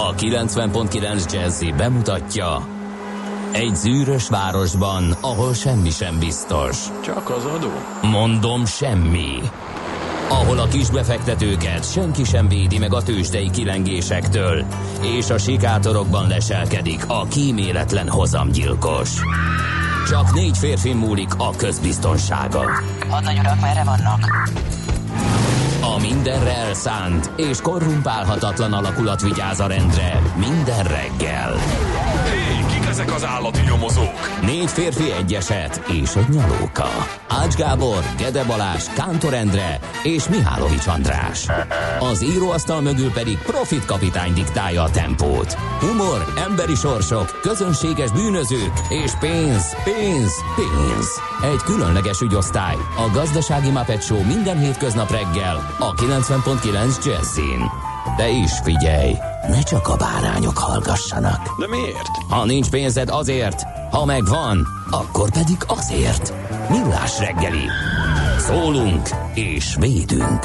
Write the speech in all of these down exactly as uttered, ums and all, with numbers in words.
A kilencven pont kilenc Jazzy bemutatja: egy zűrös városban, ahol semmi sem biztos. Csak az adó? Mondom, semmi. Ahol a kisbefektetőket senki sem védi meg a tőzsdei kilengésektől, és a sikátorokban leselkedik a kíméletlen hozamgyilkos. Csak négy férfi múlik a közbiztonsága. Hadnagy urak, merre vannak? A mindenre elszánt és korrumpálhatatlan alakulat vigyáz a rendre minden reggel. Hé, kik ezek az állati nyomozók? Négy férfi, egy eset és egy nyalóka. Ács Gábor, Gede Balázs, Kántor Endre és Mihálovics András. Az íróasztal mögül pedig Profit kapitány diktálja a tempót. Humor, emberi sorsok, közönséges bűnözők és pénz, pénz, pénz. Egy különleges ügyosztály, a Gazdasági Muppet Show minden hétköznap reggel a kilencven pont kilenc Jazzyn. De is figyelj, ne csak a bárányok hallgassanak. De miért? Ha nincs pénzed, azért, ha megvan, akkor pedig azért. Millás reggeli. Szólunk és védünk.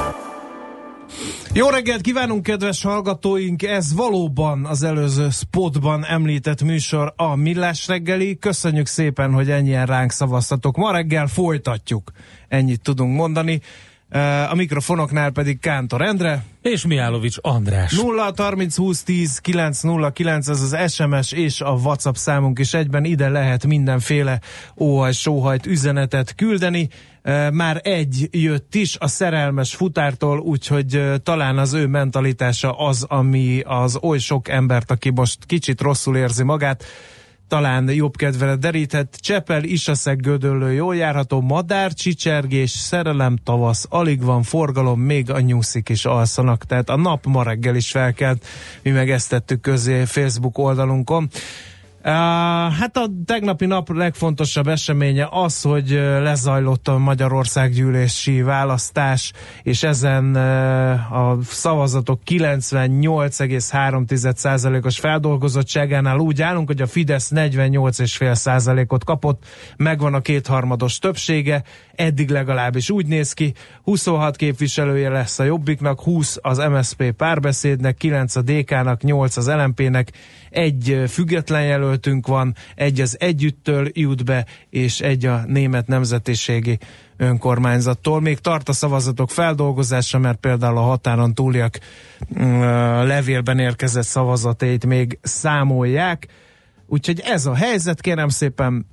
Jó reggelt kívánunk, kedves hallgatóink! Ez valóban az előző spotban említett műsor, a Millás reggeli. Köszönjük szépen, hogy ennyien ránk szavaztatok. Ma reggel folytatjuk, ennyit tudunk mondani. A mikrofonoknál pedig Kántor Endre és Mihálovics András. nulla harminc húsz tíz kilenc nulla kilenc, ez az es em es és a WhatsApp számunk is egyben. Ide lehet mindenféle óhajt-sóhajt üzenetet küldeni. Már egy jött is a szerelmes futártól, úgyhogy talán az ő mentalitása az, ami az oly sok embert, aki most kicsit rosszul érzi magát, talán jobb kedvere deríthet. Csepel, Isaszeg, Gödöllő jól járható, madár, csicsergés, szerelem, tavasz, alig van forgalom, még a nyuszik is alszanak, tehát a nap ma reggel is felkelt, mi meg ezt tettük közé Facebook oldalunkon. Uh, hát a tegnapi nap legfontosabb eseménye az, hogy lezajlott a Magyarországgyűlési választás, és ezen uh, a szavazatok kilencvennyolc egész három százalékos feldolgozottságánál úgy állunk, hogy a Fidesz negyvennyolc egész öt százalékot kapott, megvan a kétharmados többsége, eddig legalábbis úgy néz ki, huszonhat képviselője lesz a Jobbiknak, húsz az em es zé pé Párbeszédnek, kilenc a dé ká-nak, nyolc az el em pé-nek, egy független jelöltünk van, egy az Együttől jut be, és egy a Német Nemzetiségi Önkormányzattól. Még tart a szavazatok feldolgozása, mert például a határon túliak uh, levélben érkezett szavazatét még számolják. Úgyhogy ez a helyzet, kérem szépen,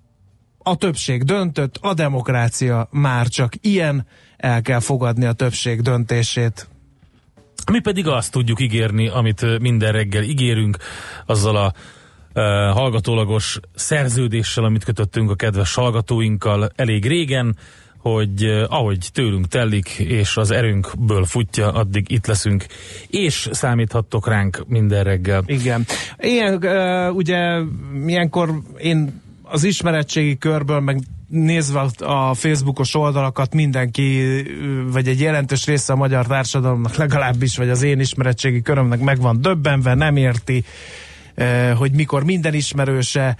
a többség döntött, a demokrácia már csak ilyen, el kell fogadni a többség döntését. Mi pedig azt tudjuk ígérni, amit minden reggel ígérünk, azzal a uh, hallgatólagos szerződéssel, amit kötöttünk a kedves hallgatóinkkal elég régen, hogy uh, ahogy tőlünk tellik, és az erőnkből futja, addig itt leszünk, és számíthattok ránk minden reggel. Igen. Ilyen, uh, ugye, ilyenkor én az ismeretségi körből, meg nézve a Facebookos oldalakat, mindenki, vagy egy jelentős része a magyar társadalomnak legalábbis, vagy az én ismeretségi körömnek meg van döbbenve, nem érti, hogy mikor minden ismerőse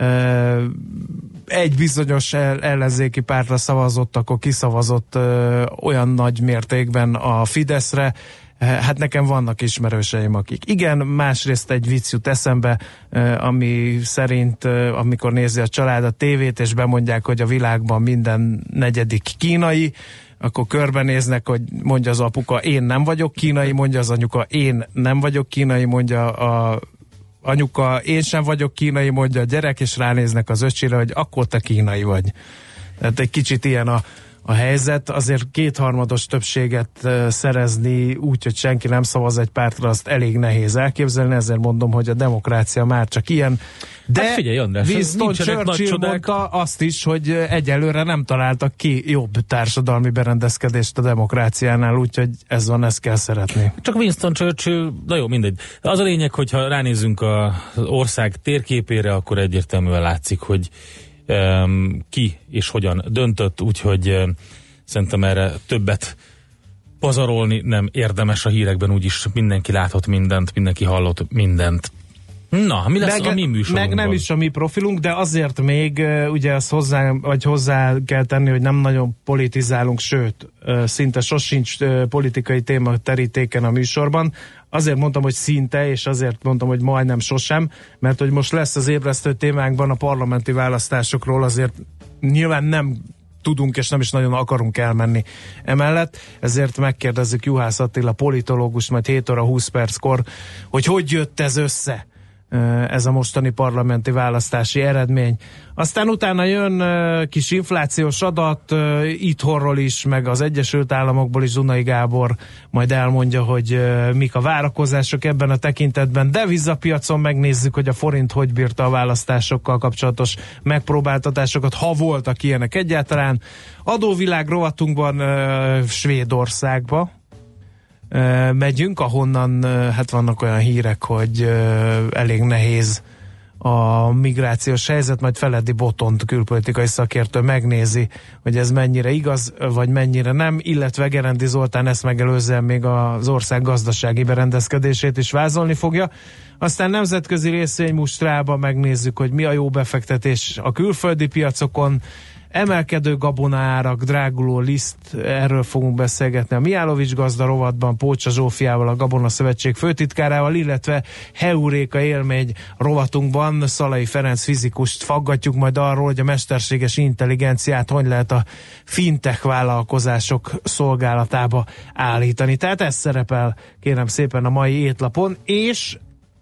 egy bizonyos ellenzéki pártra szavazott, akkor kiszavazott olyan nagy mértékben a Fideszre. Hát nekem vannak ismerőseim, akik igen, másrészt egy vicc jut eszembe, ami szerint, amikor nézi a család a tévét, és bemondják, hogy a világban minden negyedik kínai, akkor körbenéznek, hogy mondja az apuka, én nem vagyok kínai, mondja az anyuka, én nem vagyok kínai, mondja a anyuka, én sem vagyok kínai, mondja a gyerek, és ránéznek az öcsére, hogy akkor te kínai vagy. Tehát egy kicsit ilyen a a helyzet, azért kétharmados többséget uh, szerezni úgy, hogy senki nem szavaz egy pártra, azt elég nehéz elképzelni, ezért mondom, hogy a demokrácia már csak ilyen. De hát figyelj, András, Winston Churchill mondta azt is, hogy egyelőre nem találtak ki jobb társadalmi berendezkedést a demokráciánál, úgyhogy ez van, ezt kell szeretni. Csak Winston Churchill, na jó, mindegy. Az a lényeg, hogyha ránézzünk az ország térképére, akkor egyértelműen látszik, hogy Um, ki és hogyan döntött, úgyhogy um, szerintem erre többet pazarolni nem érdemes a hírekben, úgyis mindenki láthat mindent, mindenki hallott mindent. Na, mi lesz meg, a mi műsorunkban? Meg nem is a mi profilunk, de azért még ugye ezt hozzá, vagy hozzá kell tenni, hogy nem nagyon politizálunk, sőt, szinte sosincs politikai téma terítéken a műsorban. Azért mondtam, hogy szinte, és azért mondtam, hogy majdnem sosem, mert hogy most lesz az ébresztő témánkban a parlamenti választásokról, azért nyilván nem tudunk és nem is nagyon akarunk elmenni emellett, ezért megkérdezzük Juhász Attila politológus majd hét óra húsz perckor, hogy hogy jött ez össze, ez a mostani parlamenti választási eredmény. Aztán utána jön kis inflációs adat itthonról is, meg az Egyesült Államokból is. Dunai Gábor majd elmondja, hogy mik a várakozások ebben a tekintetben. Devizapiacon megnézzük, hogy a forint hogy bírta a választásokkal kapcsolatos megpróbáltatásokat, ha voltak ilyenek egyáltalán. Adóvilág rovatunkban Svédországba megyünk, ahonnan hát vannak olyan hírek, hogy elég nehéz a migrációs helyzet, majd Feledi Botont külpolitikai szakértő megnézi, hogy ez mennyire igaz, vagy mennyire nem, illetve Gerendi Zoltán ezt megelőzően még az ország gazdasági berendezkedését is vázolni fogja. Aztán nemzetközi részvénymustrában megnézzük, hogy mi a jó befektetés a külföldi piacokon, emelkedő gabonaárak, dráguló liszt, erről fogunk beszélgetni a Mijálovics gazda rovatban, Pócsa Zsófiával, a Gabona Szövetség főtitkárával, illetve Heuréka élmény rovatunkban Szalai Ferenc fizikust faggatjuk majd arról, hogy a mesterséges intelligenciát hogy lehet a fintech vállalkozások szolgálatába állítani. Tehát ez szerepel, kérem szépen, a mai étlapon, és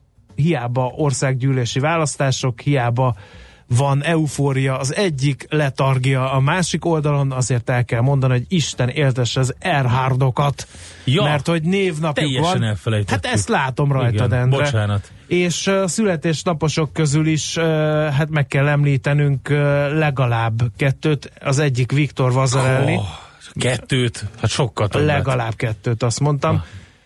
hiába országgyűlési választások, hiába van eufória az egyik, letargia a másik oldalon, azért el kell mondani, hogy Isten éltesse az Erhardokat, ja, mert hogy névnapjuk van. Hát ezt látom rajtad, igen, Endre. Bocsánat. És uh, születésnaposok közül is, uh, hát meg kell említenünk uh, legalább kettőt, az egyik Viktor Vazarelli. Oh, kettőt? Hát sokkal többet. Legalább kettőt, azt mondtam. Oh.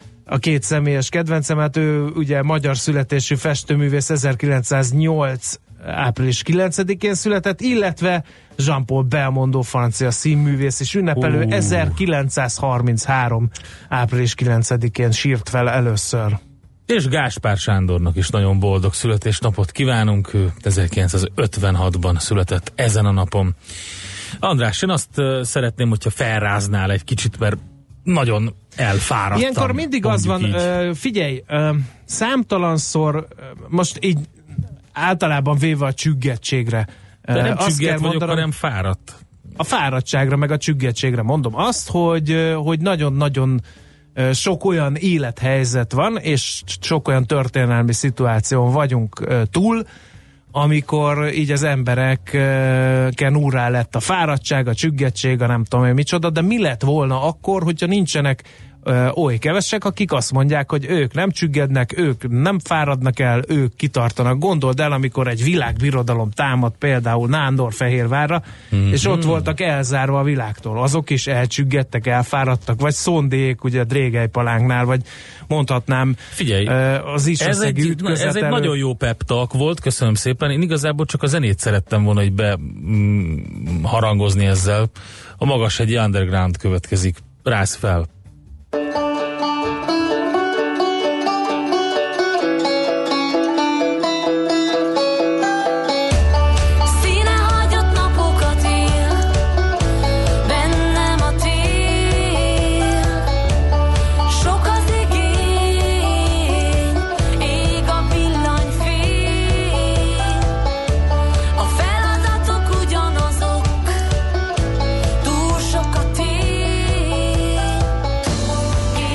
A két személyes kedvencem, hát ő ugye magyar születésű festőművész, ezerkilencszáznyolc április kilencedikén született, illetve Jean-Paul Belmondo, francia színművész és ünnepelő, uh. ezerkilencszázharminchárom április kilencedikén sírt fel először. És Gáspár Sándornak is nagyon boldog születésnapot kívánunk, ő ezerkilencszázötvenhatban született ezen a napon. András, én azt uh, szeretném, hogyha felráznál egy kicsit, mert nagyon elfáradtam. Ilyenkor mindig az van, uh, figyelj, uh, számtalanszor, uh, most így általában véve a csüggettségre. De nem azt csügget vagyok, mondanom, hanem fáradt. A fáradtságra, meg a csüggettségre mondom azt, hogy, hogy nagyon-nagyon sok olyan élethelyzet van, és sok olyan történelmi szituáción vagyunk túl, amikor így az embereken úrrá lett a fáradtság, a csüggettség, a nem tudom én micsoda, de mi lett volna akkor, hogyha nincsenek oly kevesek, akik azt mondják, hogy ők nem csüggednek, ők nem fáradnak el, ők kitartanak. Gondold el, amikor egy világbirodalom támad például Nándorfehérvárra, mm-hmm. és ott voltak elzárva a világtól. Azok is elcsüggedtek, elfáradtak, vagy Szondék, ugye Drégelypalánknál, vagy mondhatnám Figyelj, az Isaszegi ütközet ez egy elő. Nagyon jó pep talk volt, köszönöm szépen. Én igazából csak a zenét szerettem volna, hogy be mm, harangozni ezzel. A Magashegyi Underground következik. Rász fel! Túl sok a tény,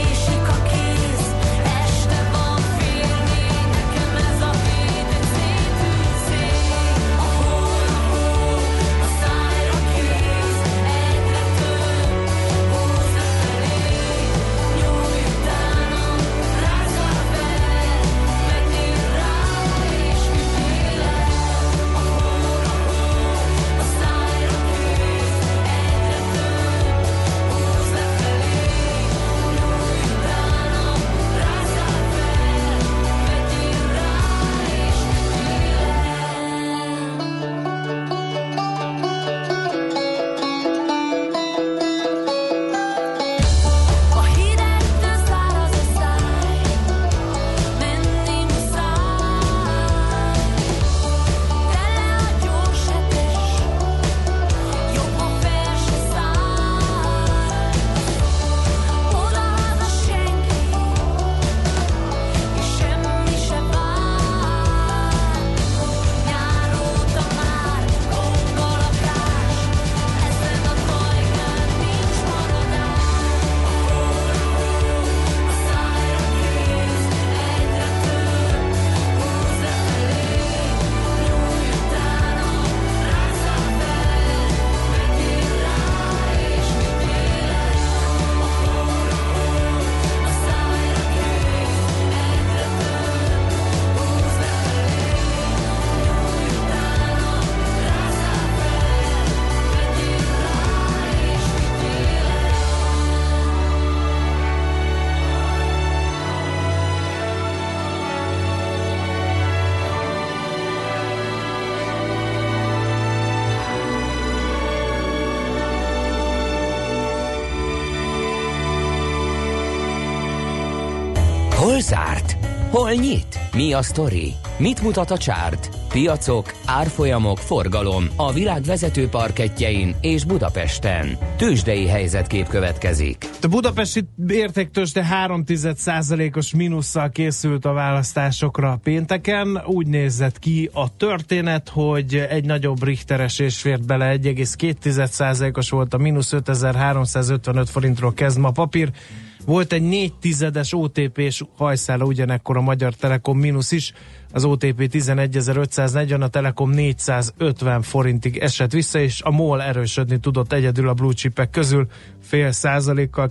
Hol zárt? Hol nyit? Mi a sztori? Mit mutat a csárt? Piacok, árfolyamok, forgalom a világ vezető parkettjein és Budapesten. Tőzsdei helyzetkép következik. A budapesti értéktőzsde három egész egy százalékos mínusszal készült a választásokra pénteken. Úgy nézett ki a történet, hogy egy nagyobb Richter esés fért bele, egy egész két százalékos volt a mínusz, ötezer-háromszázötvenöt forintról kezd ma papír. Volt egy négy tizedes o té pés hajszála, ugyanekkor a Magyar Telekom mínusz is, az o té pé tizenegyezer-ötszáznegyven, a Telekom négyszázötven forintig esett vissza, és a MOL erősödni tudott egyedül a blue chipek közül fél százalékkal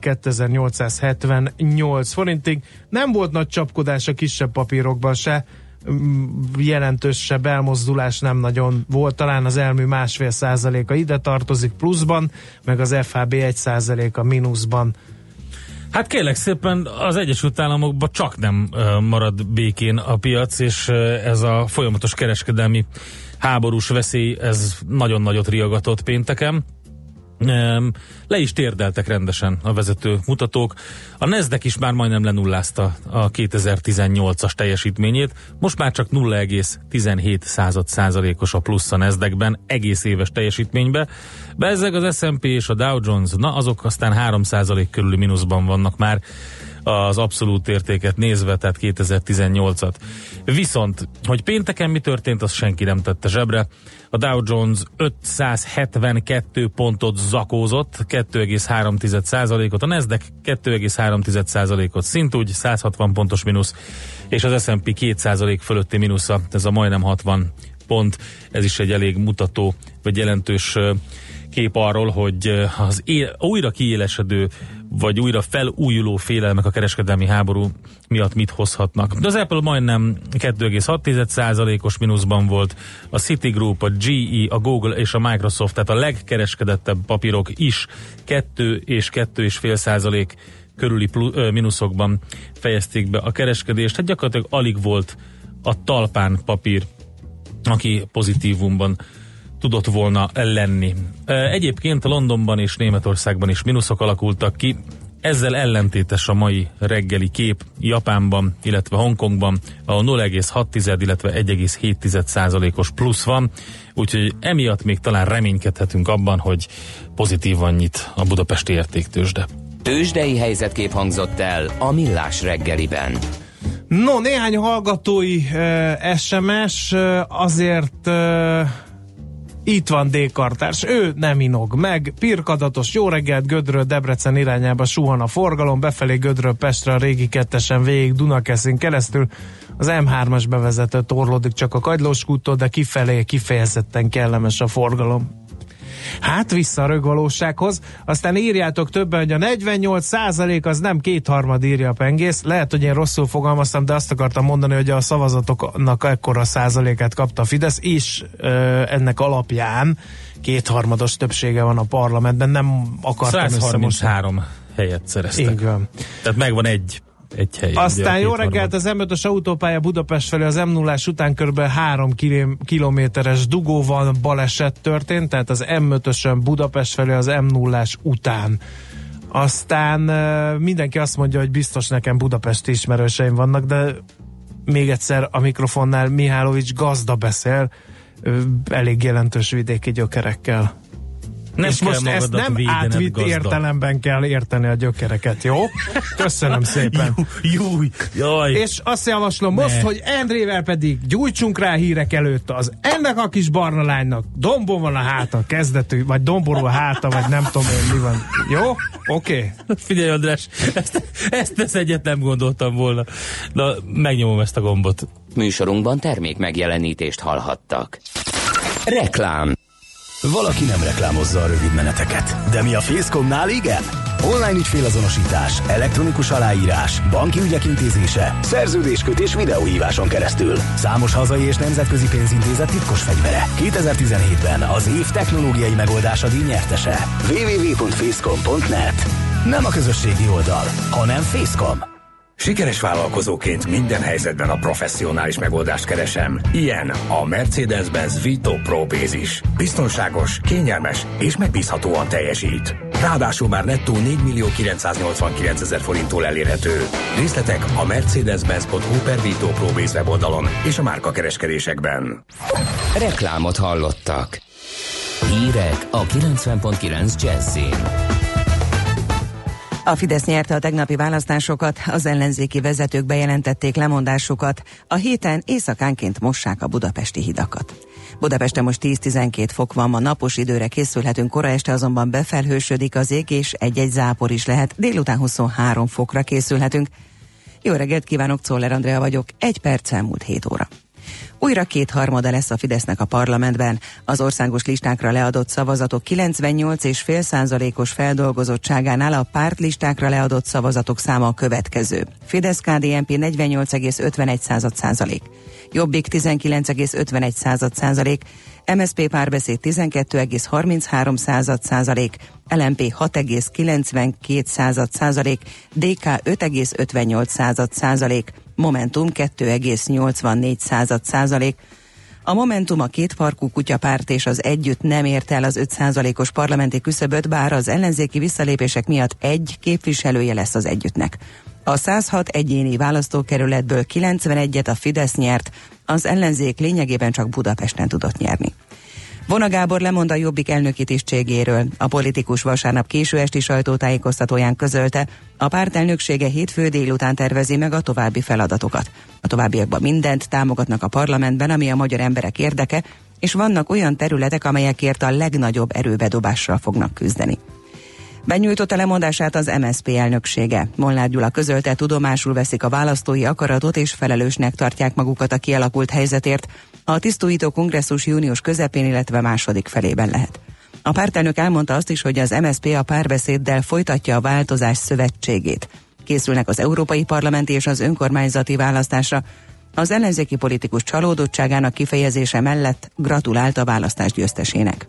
kétezer-nyolcszázhetvennyolc forintig. Nem volt nagy csapkodás a kisebb papírokban se, jelentősebb elmozdulás nem nagyon volt, talán az Elmű másfél százaléka ide tartozik pluszban, meg az ef há bé egy százaléka mínuszban. Hát kérlek szépen, az Egyesült Államokban csak nem uh, marad békén a piac, és uh, ez a folyamatos kereskedelmi háborús veszély, ez nagyon nagyot riagatott pénteken. Um, le is térdeltek rendesen a vezető mutatók. A Nasdaq is már majdnem lenullázta a kétezer-tizennyolcas teljesítményét, most már csak nulla egész tizenhét százalékos a plusz a Nasdaqben egész éves teljesítménybe. Bezzeg az es and pé és a Dow Jones, na azok aztán három százalék körüli mínuszban vannak már az abszolút értéket nézve, tehát kétezer-tizennyolcat. Viszont, hogy pénteken mi történt, azt senki nem tette zsebre. A Dow Jones ötszázhetvenkettő pontot zakózott, két egész három százalékot, a Nasdaq két egész három százalékot szintúgy, száz hatvan pontos mínusz, és az es and pé két százalék fölötti mínusza, ez a majdnem hatvan pont, ez is egy elég mutató, vagy jelentős kép arról, hogy az é- újra kiélesedő, vagy újra felújuló félelmek a kereskedelmi háború miatt mit hozhatnak. De az Apple majdnem két egész hat százalékos mínuszban volt, a Citigroup, a gé é, a Google és a Microsoft, tehát a legkereskedettebb papírok is kettő és kettő egész öt százalék körüli plusz, ö, mínuszokban fejezték be a kereskedést. Hát gyakorlatilag alig volt a talpán papír, aki pozitívumban tudott volna lenni. Egyébként Londonban és Németországban is mínuszok alakultak ki, ezzel ellentétes a mai reggeli kép Japánban, illetve Hongkongban, ahol nulla egész hat, illetve egy egész hét százalékos plusz van, úgyhogy emiatt még talán reménykedhetünk abban, hogy pozitívan nyit a budapesti értéktőzsde. Tőzsdei helyzetkép hangzott el a Millás reggeliben. No, néhány hallgatói uh, es em es, uh, azért uh, itt van D-kartárs, ő nem inog meg, pirkadatos, jó reggelt, Gödről Debrecen irányába suhan a forgalom, befelé Gödről Pestre a régi kettesen végig Dunakeszin keresztül, az em hármas bevezető torlódik csak a Kagylós kúttól, de kifelé kifejezetten kellemes a forgalom. Hát vissza a rögvalósághoz, aztán írjátok többen, hogy a negyvennyolc százalék az nem kétharmad, írja a Pengész. Lehet, hogy én rosszul fogalmaztam, de azt akartam mondani, hogy a szavazatoknak ekkora százalékát kapta a Fidesz, és ö, ennek alapján kétharmados többsége van a parlamentben, nem akartam százharminchárom helyet szereztek. Így van. Tehát megvan egy Egy hely, aztán jó reggelt, az em ötös autópálya Budapest felé az em nullás után kb. három kilométeres dugóval baleset történt, tehát az em ötösön Budapest felé az em nullás után. Aztán mindenki azt mondja, hogy biztos nekem budapesti ismerőseim vannak, de még egyszer a mikrofonnál Mihálovics gazda beszél, elég jelentős vidéki gyökerekkel. Nem és most ezt nem átvitt gazda. Értelemben kell érteni a gyökereket, jó? Köszönöm szépen. Júj, jaj. És azt javaslom ne. most, hogy Endrével pedig gyújtsunk rá hírek előtt az ennek a kis barna lánynak dombon van a háta, kezdetű, vagy domború a háta, vagy nem tudom én mi van. Jó? Oké. Okay. Figyelj, András, ezt, ezt, ezt egyet nem gondoltam volna. Na, megnyomom ezt a gombot. Műsorunkban termék megjelenítést hallhattak. Reklám. Valaki nem reklámozza a rövid meneteket, de mi a Facecomnál igen? Online ügyfélazonosítás, elektronikus aláírás, banki ügyek intézése, szerződéskötés videóhíváson keresztül. Számos hazai és nemzetközi pénzintézet titkos fegyvere. kétezer-tizenhétben az év technológiai megoldása díj nyertese. double-u double-u double-u pont facecom pont net. Nem a közösségi oldal, hanem Facecom. Sikeres vállalkozóként minden helyzetben a professzionális megoldást keresem. Ilyen a Mercedes-Benz Vito Pro Bázis. Biztonságos, kényelmes és megbízhatóan teljesít. Ráadásul már nettó négymillió kilencszáznyolcvankilencezer forinttól elérhető. Részletek a mercedes-benz pont hu per Vito Pro-Base weboldalon és a márkakereskedésekben. Reklámot hallottak. Hírek a kilencven pont kilenc Jazzin. A Fidesz nyerte a tegnapi választásokat, az ellenzéki vezetők bejelentették lemondásukat, a héten éjszakánként mossák a budapesti hidakat. Budapesten most tíz-tizenkét fok van, ma napos időre készülhetünk, kora este azonban befelhősödik az ég, és egy-egy zápor is lehet, délután huszonhárom fokra készülhetünk. Jó reggelt kívánok, Czoller Andrea vagyok, egy perc elmúlt hét óra. Újra kétharmada lesz a Fidesznek a parlamentben. Az országos listákra leadott szavazatok kilencvennyolc egész öt százalékos feldolgozottságánál a pártlistákra leadott szavazatok száma a következő. Fidesz-ká dé en pé negyvennyolc egész ötvenegy százalék, Jobbik tizenkilenc egész ötvenegy százalék, em es zé pé Párbeszéd tizenkét egész harminchárom százalék, el em pé hat egész kilencvenkét százalék, dé ká öt egész ötvennyolc százalék, Momentum kettő egész nyolcvannégy százalék. A Momentum, a kétfarkú kutyapárt és az Együtt nem ért el az öt százalékos parlamenti küszöböt, bár az ellenzéki visszalépések miatt egy képviselője lesz az Együttnek. A száz hat egyéni választókerületből kilencvenegyet a Fidesz nyert, az ellenzék lényegében csak Budapesten tudott nyerni. Vona Gábor lemond a Jobbik elnöki tisztségéről. A politikus vasárnap késő esti sajtótájékoztatóján közölte, a párt elnöksége hétfő délután tervezi meg a további feladatokat. A továbbiakban mindent támogatnak a parlamentben, ami a magyar emberek érdeke, és vannak olyan területek, amelyekért a legnagyobb erőbedobással fognak küzdeni. Benyújtotta lemondását az em es zé pé elnöksége. Molnár Gyula közölte, tudomásul veszik a választói akaratot és felelősnek tartják magukat a kialakult helyzetért. A tisztújító kongresszus június közepén, illetve második felében lehet. A pártelnök elmondta azt is, hogy az em es zé pé a Párbeszéddel folytatja a változás szövetségét. Készülnek az európai parlamenti és az önkormányzati választásra. Az ellenzéki politikus csalódottságának kifejezése mellett gratulált a választás győztesének.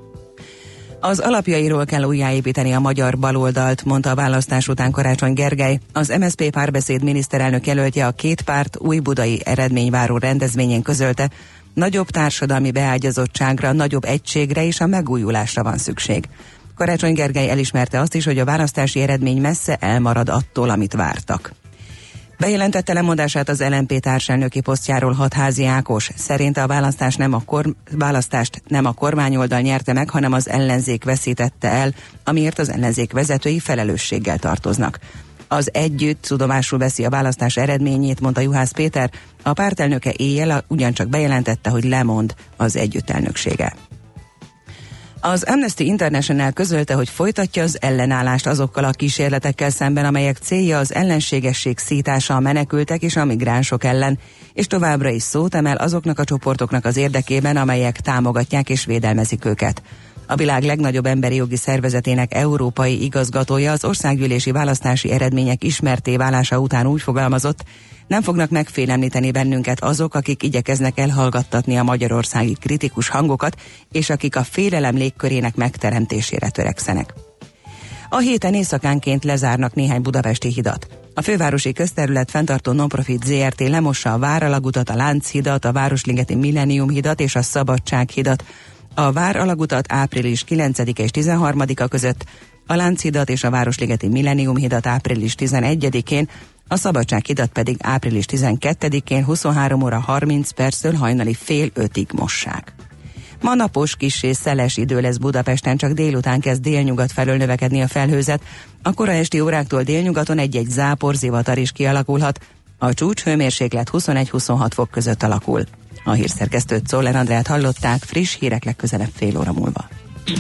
Az alapjairól kell újjáépíteni a magyar baloldalt, mondta a választás után Karácsony Gergely. Az em es zé pé Párbeszéd miniszterelnök jelöltje a két párt újbudai eredményváró rendezvényén közölte, nagyobb társadalmi beágyazottságra, nagyobb egységre és a megújulásra van szükség. Karácsony Gergely elismerte azt is, hogy a választási eredmény messze elmarad attól, amit vártak. Bejelentette lemondását az el em pé társelnöki posztjáról Hatházi Ákos. Szerinte a választás nem a kor, választást nem a kormányoldal nyerte meg, hanem az ellenzék veszítette el, amiért az ellenzék vezetői felelősséggel tartoznak. Az Együtt tudomásul veszi a választás eredményét, mondta Juhász Péter, a pártelnöke éjjel ugyancsak bejelentette, hogy lemond az Együtt elnöksége. Az Amnesty International közölte, hogy folytatja az ellenállást azokkal a kísérletekkel szemben, amelyek célja az ellenségesség szítása a menekültek és a migránsok ellen, és továbbra is szót emel azoknak a csoportoknak az érdekében, amelyek támogatják és védelmezik őket. A világ legnagyobb emberi jogi szervezetének európai igazgatója az országgyűlési választási eredmények ismertté válása után úgy fogalmazott, nem fognak megfélemlíteni bennünket azok, akik igyekeznek elhallgattatni a magyarországi kritikus hangokat, és akik a félelem légkörének megteremtésére törekszenek. A héten éjszakánként lezárnak néhány budapesti hidat. A fővárosi közterület fenntartó non-profit zé er té lemossa a Váralagutat, a Lánchidat, a Városligeti Millennium hidat és a Szabadság hidat. A Váralagutat április kilencedike és tizenharmadika között, a Lánchidat és a Városligeti Millennium hidat április tizenegyedikén, a Szabadsághidat pedig április tizenkettedikén huszonhárom óra harminc perctől hajnali fél ötig mossák. Ma napos, kissé szeles idő lesz Budapesten, csak délután kezd délnyugat felől növekedni a felhőzet. A kora esti óráktól délnyugaton egy-egy zápor, zivatar is kialakulhat. A csúcs hőmérséklet huszonegy-huszonhat fok között alakul. A hírszerkesztőt, Czoller Andrát hallották, friss hírek legközelebb fél óra múlva.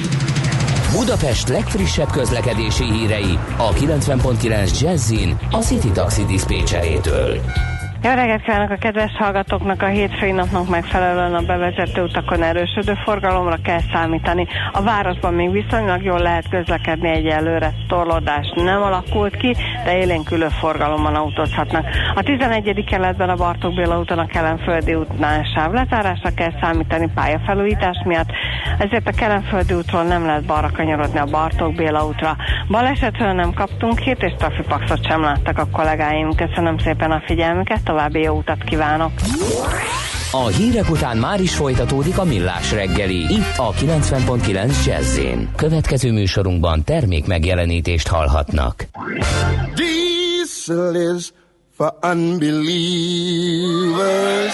Budapest legfrissebb közlekedési hírei a kilencven pont kilenc Jazzin a City Taxi diszpécserétől. Jó reggelt kívánok a kedves hallgatóknak! A hétfői napnak megfelelően a bevezető utakon erősödő forgalomra kell számítani. A városban még viszonylag jól lehet közlekedni, egyelőre torlódás nem alakult ki, de élénkülő forgalomban autózhatnak. A tizenegyedik kerületben a Bartók Béla úton a Kelenföldi útnál sávlezárásra kell számítani pályafelújítás miatt, ezért a Kelenföldi útról nem lehet balra kanyarodni a Bartók Béla útra. Balesetről nem kaptunk hírt, és trafipaxot sem láttak a kollégáim. Köszönöm szépen a figyelmüket, további jó utat kívánok! A hírek után már is folytatódik a Millás reggeli, itt a kilencven pont kilenc Jazz-in. Következő műsorunkban termék megjelenítést hallhatnak. Diesel is for unbelievers.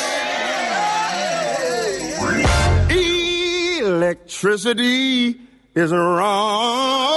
Electricity is wrong.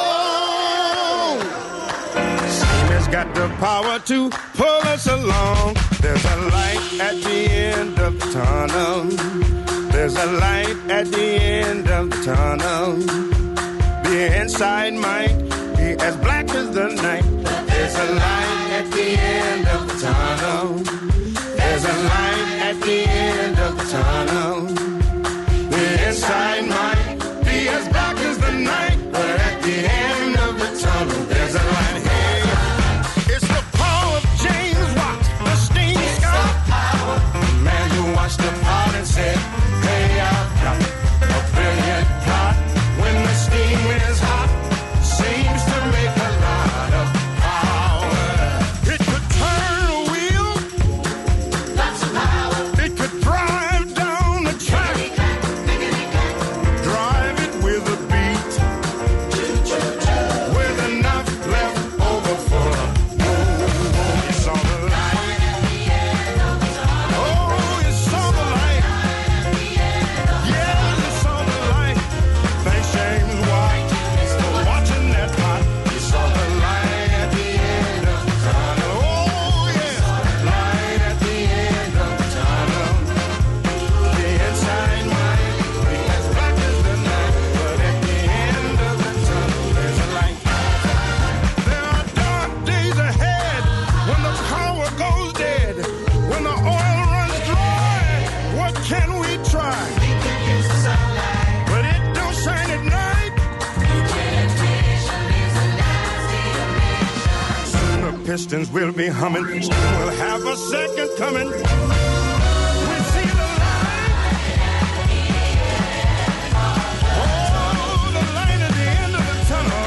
Steam has got the power to pull us along. There's a light at the end of the tunnel. There's a light at the end of the tunnel. The inside might be as black as the night. There's a light at the end of the tunnel. There's a light at the end of the tunnel. The inside might be as black as the night, but at the end of the tunnel, there's a light. Hey, it's the power of James Watt, the steam scout. The man who watched the pot and said, hey, I've got a brilliant plot. When the steam is hot, seems to make a lot of power. It could turn a wheel, lots of power. It could drive down the track, drive it with a beat, with enough left over for a move. You saw the light, oh, you saw the light, yeah, you saw the light. Thanks James Watt for watching that pot. You saw the light at the end of the tunnel. Oh yeah, light at the end of the tunnel. The inside might be as black as the night, but at the end of the tunnel there's a light. There are dark days ahead when the power goes dead, when the oil runs dry. What can we try? But it don't shine at night. Soon the pistons will be humming. Soon we'll have a second coming. We see the light. Oh, the light at the end of the tunnel.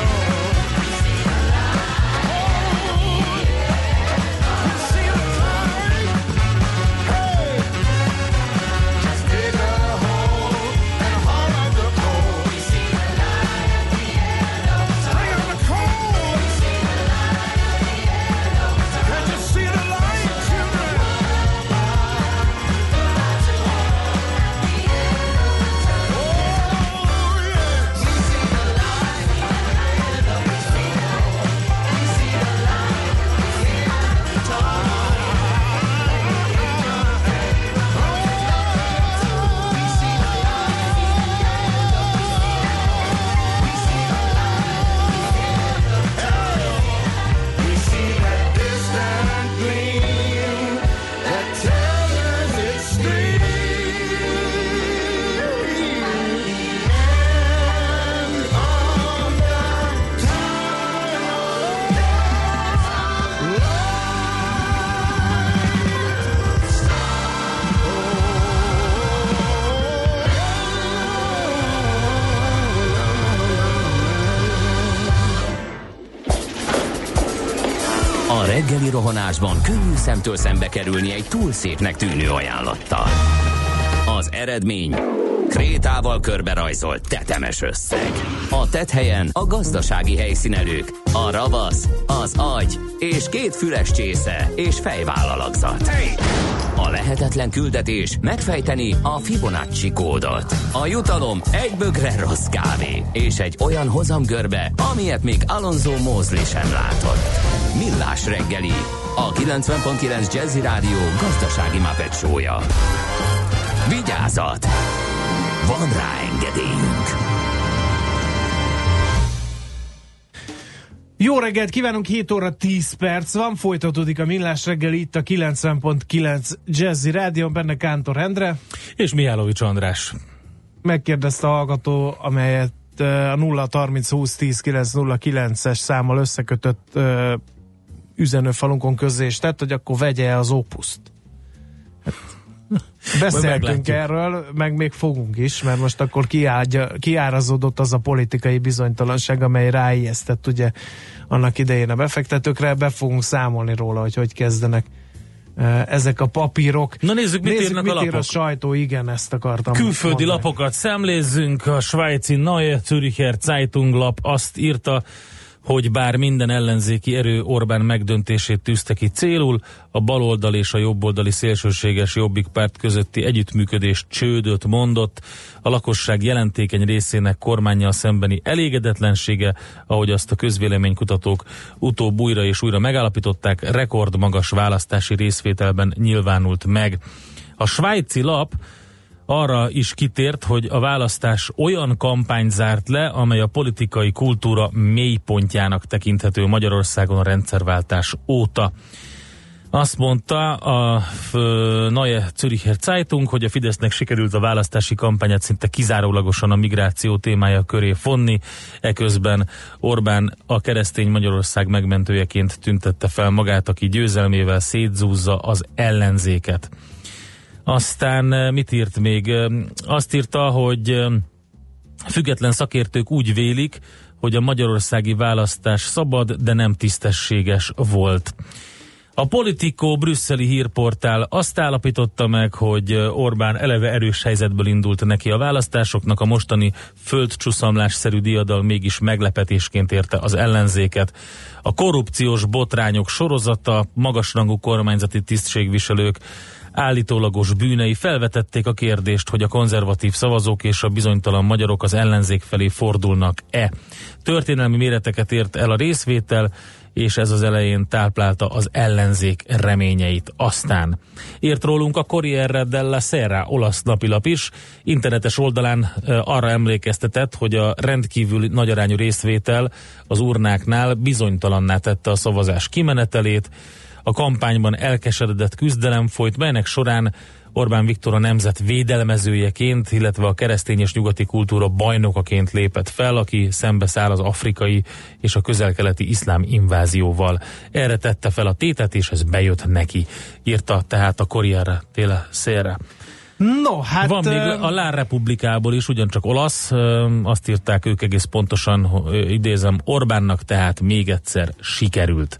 Oh, we see the light. Hey, just dig a hole and haul out the coal. We see the light at the end of the tunnel. Bring out the coal. We see the light at the end of the tunnel. Can't you see the light, children? We see that distant gleam that tells us it's stream. And on the A reggeli rohanásban könnyű szemtől szembe kerülni egy túl szépnek tűnő ajánlattal. Az eredmény krétával körberajzolt tetemes összeg. A tetthelyen a gazdasági helyszínelők, a ravasz, az agy és két füles csésze és fejvállalakzat. A lehetetlen küldetés megfejteni a Fibonacci kódot. A jutalom egy bögre rossz kávé és egy olyan hozamgörbe, amilyet még Alonso Mosley sem látott. Millás reggeli, a kilencven pont kilenc Jazzy Rádió gazdasági Muppet show-ja. Vigyázat! Van rá engedélyünk! Jó reggelt kívánunk, hét óra tíz perc van, folytatódik a Millás reggeli itt a kilencven pont kilenc Jazzy Rádión, benne Kántor Endre. És Mihálovics András. Megkérdezte a hallgató, amelyet a nulla harminc húsz tíz kilenc nulla kilences számmal összekötött uh, üzenőfalunkon közzé is tett, hogy akkor vegye az Opuszt. Hát, beszéltünk erről, meg még fogunk is, mert most akkor kiágy, kiárazódott az a politikai bizonytalanság, amely ráijesztett ugye annak idején a befektetőkre, be fogunk számolni róla, hogy hogy kezdenek ezek a papírok. Na nézzük, mit nézzük, írnak mit a lapok. Ír a sajtó, igen, ezt akartam Külföldi mondani. lapokat szemlézzünk. A svájci Neue Zürcher Zeitung lap azt írta, hogy bár minden ellenzéki erő Orbán megdöntését tűzte ki célul, a baloldal és a jobboldali szélsőséges Jobbik párt közötti együttműködés csődöt mondott. A lakosság jelentékeny részének kormánnyal szembeni elégedetlensége, ahogy azt a közvéleménykutatók utóbb újra és újra megállapították, rekordmagas választási részvételben nyilvánult meg. A svájci lap arra is kitért, hogy a választás olyan kampányt zárt le, amely a politikai kultúra mélypontjának tekinthető Magyarországon a rendszerváltás óta. Azt mondta a Neue Zürcher Zeitung, hogy a Fidesznek sikerült a választási kampányát szinte kizárólagosan a migráció témája köré fonni, eközben Orbán a keresztény Magyarország megmentőjeként tüntette fel magát, aki győzelmével szétzúzza az ellenzéket. Aztán mit írt még? Azt írta, hogy független szakértők úgy vélik, hogy a magyarországi választás szabad, de nem tisztességes volt. A Politico brüsszeli hírportál azt állapította meg, hogy Orbán eleve erős helyzetből indult neki a választásoknak, a mostani földcsuszamlásszerű diadal mégis meglepetésként érte az ellenzéket. A korrupciós botrányok sorozata, magasrangú kormányzati tisztségviselők állítólagos bűnei felvetették a kérdést, hogy a konzervatív szavazók és a bizonytalan magyarok az ellenzék felé fordulnak-e. Történelmi méreteket ért el a részvétel, és ez az elején táplálta az ellenzék reményeit. Aztán írt rólunk a Corriere della Sera olasz napilap is, internetes oldalán arra emlékeztetett, hogy a rendkívül nagyarányú részvétel az urnáknál bizonytalanná tette a szavazás kimenetelét. A kampányban elkeseredett küzdelem folyt, melynek során Orbán Viktor a nemzet védelmezőjeként, illetve a keresztény és nyugati kultúra bajnokaként lépett fel, aki szembeszáll az afrikai és a közel-keleti iszlám invázióval. Erre tette fel a tétet, és ez bejött neki, írta tehát a Corriere della Sera. No, hát... Van még a La Repubblikából is, ugyancsak olasz, azt írták ők egész pontosan, idézem, Orbánnak tehát még egyszer sikerült.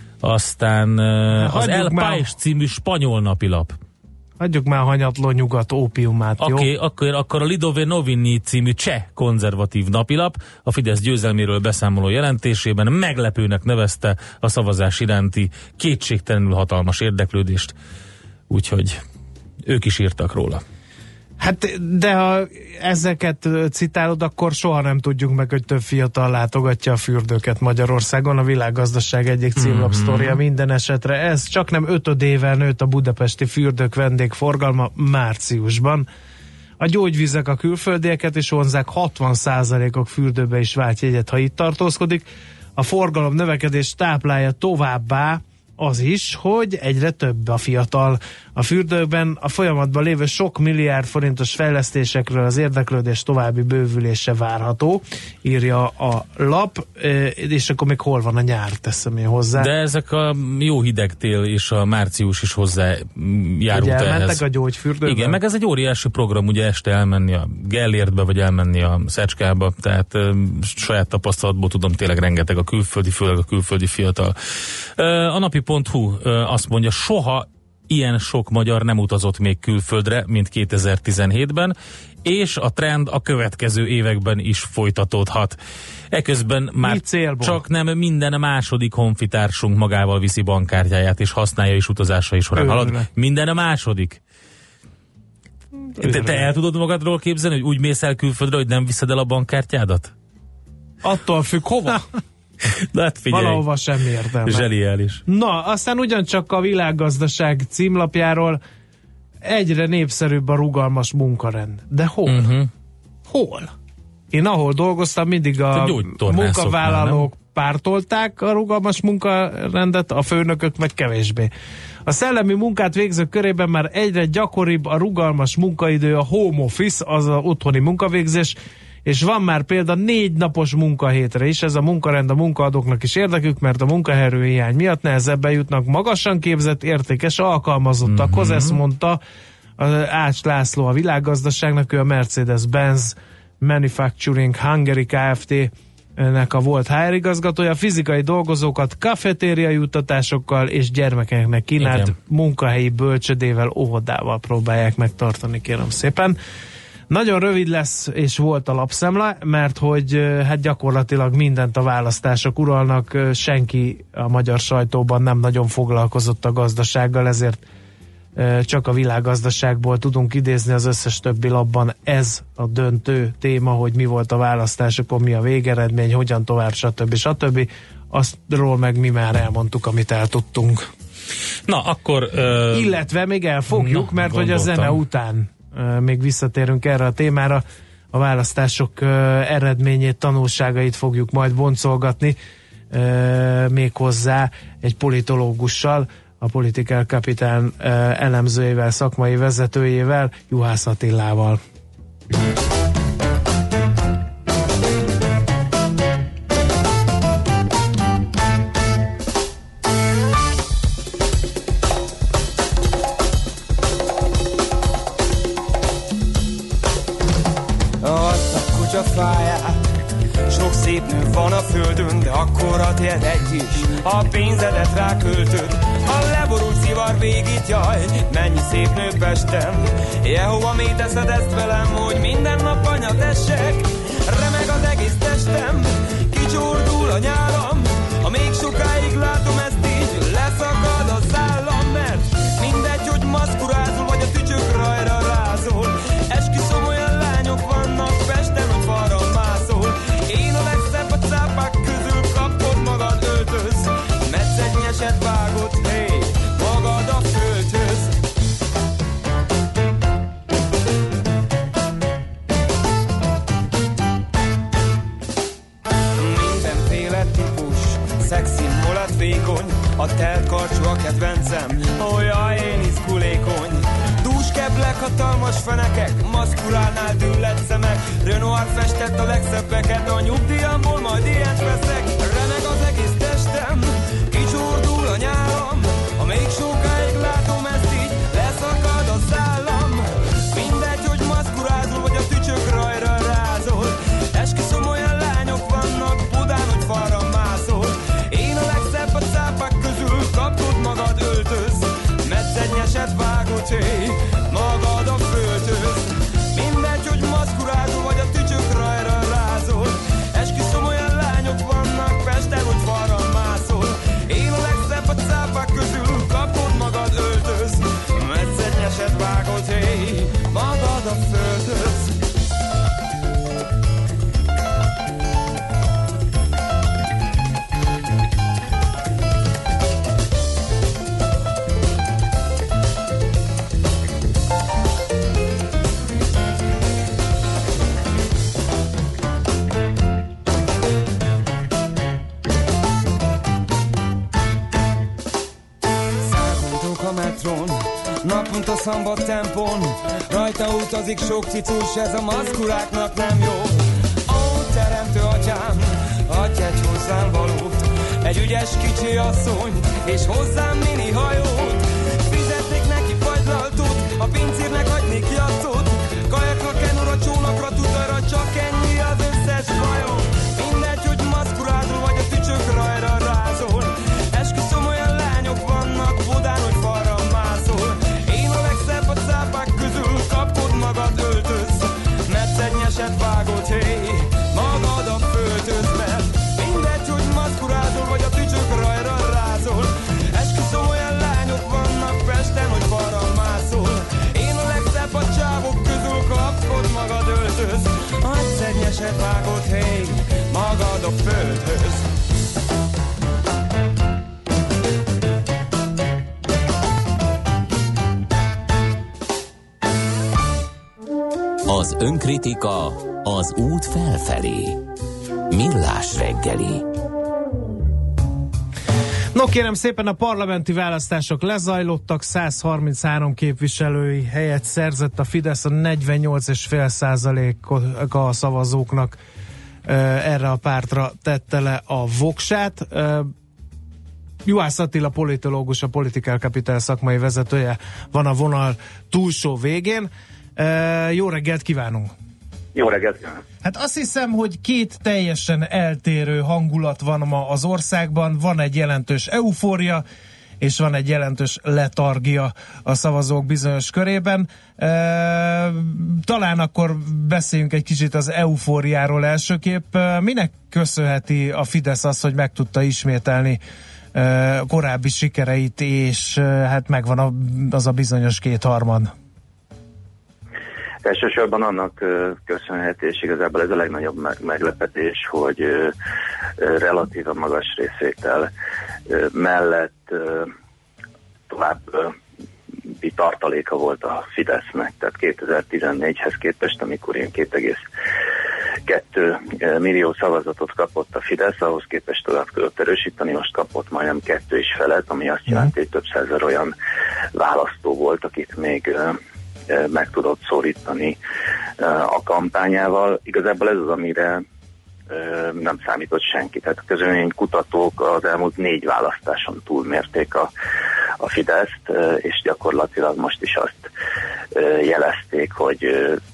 Aztán az El País című spanyol napilap. Hagyjuk már hanyatló nyugat ópiumát, jó? Oké, okay, akkor, akkor a Lidové Noviny című cseh konzervatív napilap a Fidesz győzelméről beszámoló jelentésében meglepőnek nevezte a szavazás iránti kétségtelenül hatalmas érdeklődést. Úgyhogy ők is írtak róla. Hát, de ha ezeket citálod, akkor soha nem tudjuk meg, hogy több fiatal látogatja a fürdőket Magyarországon. A Világgazdaság egyik címlapsztoria mm-hmm. minden esetre. Ez csak nem ötödével nőtt a budapesti fürdők vendégforgalma márciusban. A gyógyvizek a külföldieket is vonzák, hatvan százalékok fürdőbe is vált jegyet, ha itt tartózkodik. A forgalom növekedés táplálja továbbá az is, hogy egyre több a fiatal a fürdőkben. A folyamatban lévő sok milliárd forintos fejlesztésekről az érdeklődés további bővülése várható, írja a lap, és akkor még hol van a nyár, teszem én hozzá. De ezek a jó hideg tél és a március is hozzá járult ehhez. Elmentek a gyógyfürdőben? Igen, meg ez egy óriási program, ugye este elmenni a Gellértbe, vagy elmenni a Szecskába, tehát uh, saját tapasztalatból tudom, tényleg rengeteg a külföldi, főleg a külföldi fiatal. Uh, a napi pont hu uh, azt mondja, soha ilyen sok magyar nem utazott még külföldre, mint kétezer-tizenhétben, és a trend a következő években is folytatódhat. Eközben már csak nem minden második honfitársunk magával viszi bankkártyáját, és használja is utazásai során. Halad, minden a második. Te, te el tudod magadról képzelni, hogy úgy mész el külföldre, hogy nem viszed el a bankkártyádat? Attól függ, hova? De hát figyelj, valahova semmi értelme. Zseniális. Na, aztán ugyancsak a Világgazdaság címlapjáról egyre népszerűbb a rugalmas munkarend. De hol? Uh-huh. Hol? Én ahol dolgoztam, mindig a munkavállalók pártolták a rugalmas munkarendet, a főnökök meg kevésbé. A szellemi munkát végzők körében már egyre gyakoribb a rugalmas munkaidő, a home office, az a otthoni munkavégzés, és van már példa négy napos munkahétre is. Ez a munkarend a munkaadóknak is érdekük, mert a munkaerőhiány miatt nehezebben jutnak magasan képzett, értékes alkalmazottakhoz. Mm-hmm. Ezt mondta Ács László a Világgazdaságnak, ő a Mercedes-Benz Manufacturing Hungary Kft. nek a volt há er igazgatója, fizikai dolgozókat kafetériai juttatásokkal és gyermekeknek kínált Igen. munkahelyi bölcsödével, óvodával próbálják megtartani, kérem szépen. Nagyon rövid lesz, és volt a lapszemle, mert hogy hát gyakorlatilag mindent a választások uralnak, senki a magyar sajtóban nem nagyon foglalkozott a gazdasággal, ezért csak a világgazdaságból tudunk idézni, az összes többi lapban ez a döntő téma, hogy mi volt a választásokon, mi a végeredmény, hogyan tovább, stb. stb. Aztról meg mi már elmondtuk, amit el tudtunk. Na, akkor... Uh... Illetve még elfogjuk, na, mert gondoltam. Hogy a zene után uh, még visszatérünk erre a témára, a választások uh, eredményét, tanulságait fogjuk majd boncolgatni, uh, méghozzá egy politológussal, a Political Capital elemzőjével, szakmai vezetőjével, Juhász Attilával. Azt a kutyafáját, sok szép nő van a földön, de akkora tiéd egy is, a pénzedet ráköltöd. A leborult szivar végít, jaj, mennyi szép nő Pesten. Jehova, mit teszed ezt velem, hogy minden nap anyat essek? Remeg az egész testem, kicsordul a nyálam. Ha még sokáig látom ezt így, leszakad a szállam. Mert mindegy, hogy maszkurázol, vagy a tücsök rajra rázol. Esküszöm, olyan lányok vannak Pesten, hogy falra mászol. Én a legszebb a cápák közül, kapod magad öltöz. Metszegyeset vágod, hey, magad a földhöz. Mindenféle típus, szexi, molat, vékony. A telt karcsú a kedvencem, olyan én izgulékony. Dúskeblek, hatalmas fenekek, maszkulálnál dűlett szemek. Renoir festett a legszebbeket, a nyugdíjamból majd ilyet veszek. Remeg az egész testem, kicsordul a nyálam. Ha még sokáig látom ezt így, leszakad a szállam. Mindegy, hogy maszkurázol, vagy a tücsök rajra rázol. Esküszöm, olyan lányok vannak Budán, hogy falra mászol. Én a legszebb a cápák közül, kapod magad öltöz. Metszegyeset vágod, hey, magad a földhöz. Mindegy, hogy maszkurázol, vagy a tücsök rajra rázol. Esküszöm, olyan lányok vannak Pesten, hogy falra mászol. Én a legszebb a cápák közül, kapod magad öltöz. Metszegyeset vágod, hey, magad a földhöz. Napont a szambat tempón, rajta utazik sok cicus, ez a maszkuláknak nem jó. Ó, teremtő atyám, adj egy hozzám valót, egy ügyes kicsi asszony, és hozzám mini hajót. Fizetnék neki fagylaltót, a pincérnek hagynék jattot, kajakra, kenura, csónakra, tutajra, csak ennyi az összes hajó. Mindegy, hogy maszkurázol, vagy a tücsök rajra rázol. Esküszöm, olyan lányok vannak Budán, hogy falra mászol. Én a legszebb a cápák közül, kapod magad öltöz. Metszegyeset vágod, hey, magad a földhöz. Mert mindegy, hogy maszkurázol, vagy a tücsök rajra rázol. Esküszöm, olyan lányok vannak Pesten, hogy falra mászol. Én a legszebb a csávok közül, kapod magad öltöz. Metszegyeset vágod, hey, magad a földhöz. Az önkritika az út felfelé. Millás reggeli. No kérem szépen, a parlamenti választások lezajlottak, száz harminchárom képviselői helyet szerzett a Fidesz, a negyvennyolc egész öt százaléka a szavazóknak erre a pártra tette le a voksát. Juhász Attila politológus, a Political Capital szakmai vezetője van a vonal túlsó végén. Jó reggelt kívánunk! Jó reggelt! Hát azt hiszem, hogy két teljesen eltérő hangulat van ma az országban. Van egy jelentős eufória, és van egy jelentős letargia a szavazók bizonyos körében. E, talán akkor beszéljünk egy kicsit az eufóriáról elsőképp. Minek köszönheti a Fidesz azt, hogy meg tudta ismételni e, korábbi sikereit, és e, hát megvan a, az a bizonyos kétharmad? Elsősorban annak köszönhető, és igazából ez a legnagyobb meglepetés, hogy relatívan magas részvétel mellett további tartaléka volt a Fidesznek, tehát kétezer-tizennégyhez képest, amikor ilyen két egész kettő millió szavazatot kapott a Fidesz, ahhoz képest tovább tudott erősíteni, most kapott majdnem kettő is felett, ami azt jelenti, hogy több százer olyan választó volt, akit még meg tudott szólítani a kampányával. Igazából ez az, amire nem számított senki. Tehát a közvéleménykutatók az elmúlt négy választáson túlmérték a, a Fideszt, és gyakorlatilag most is azt jelezték, hogy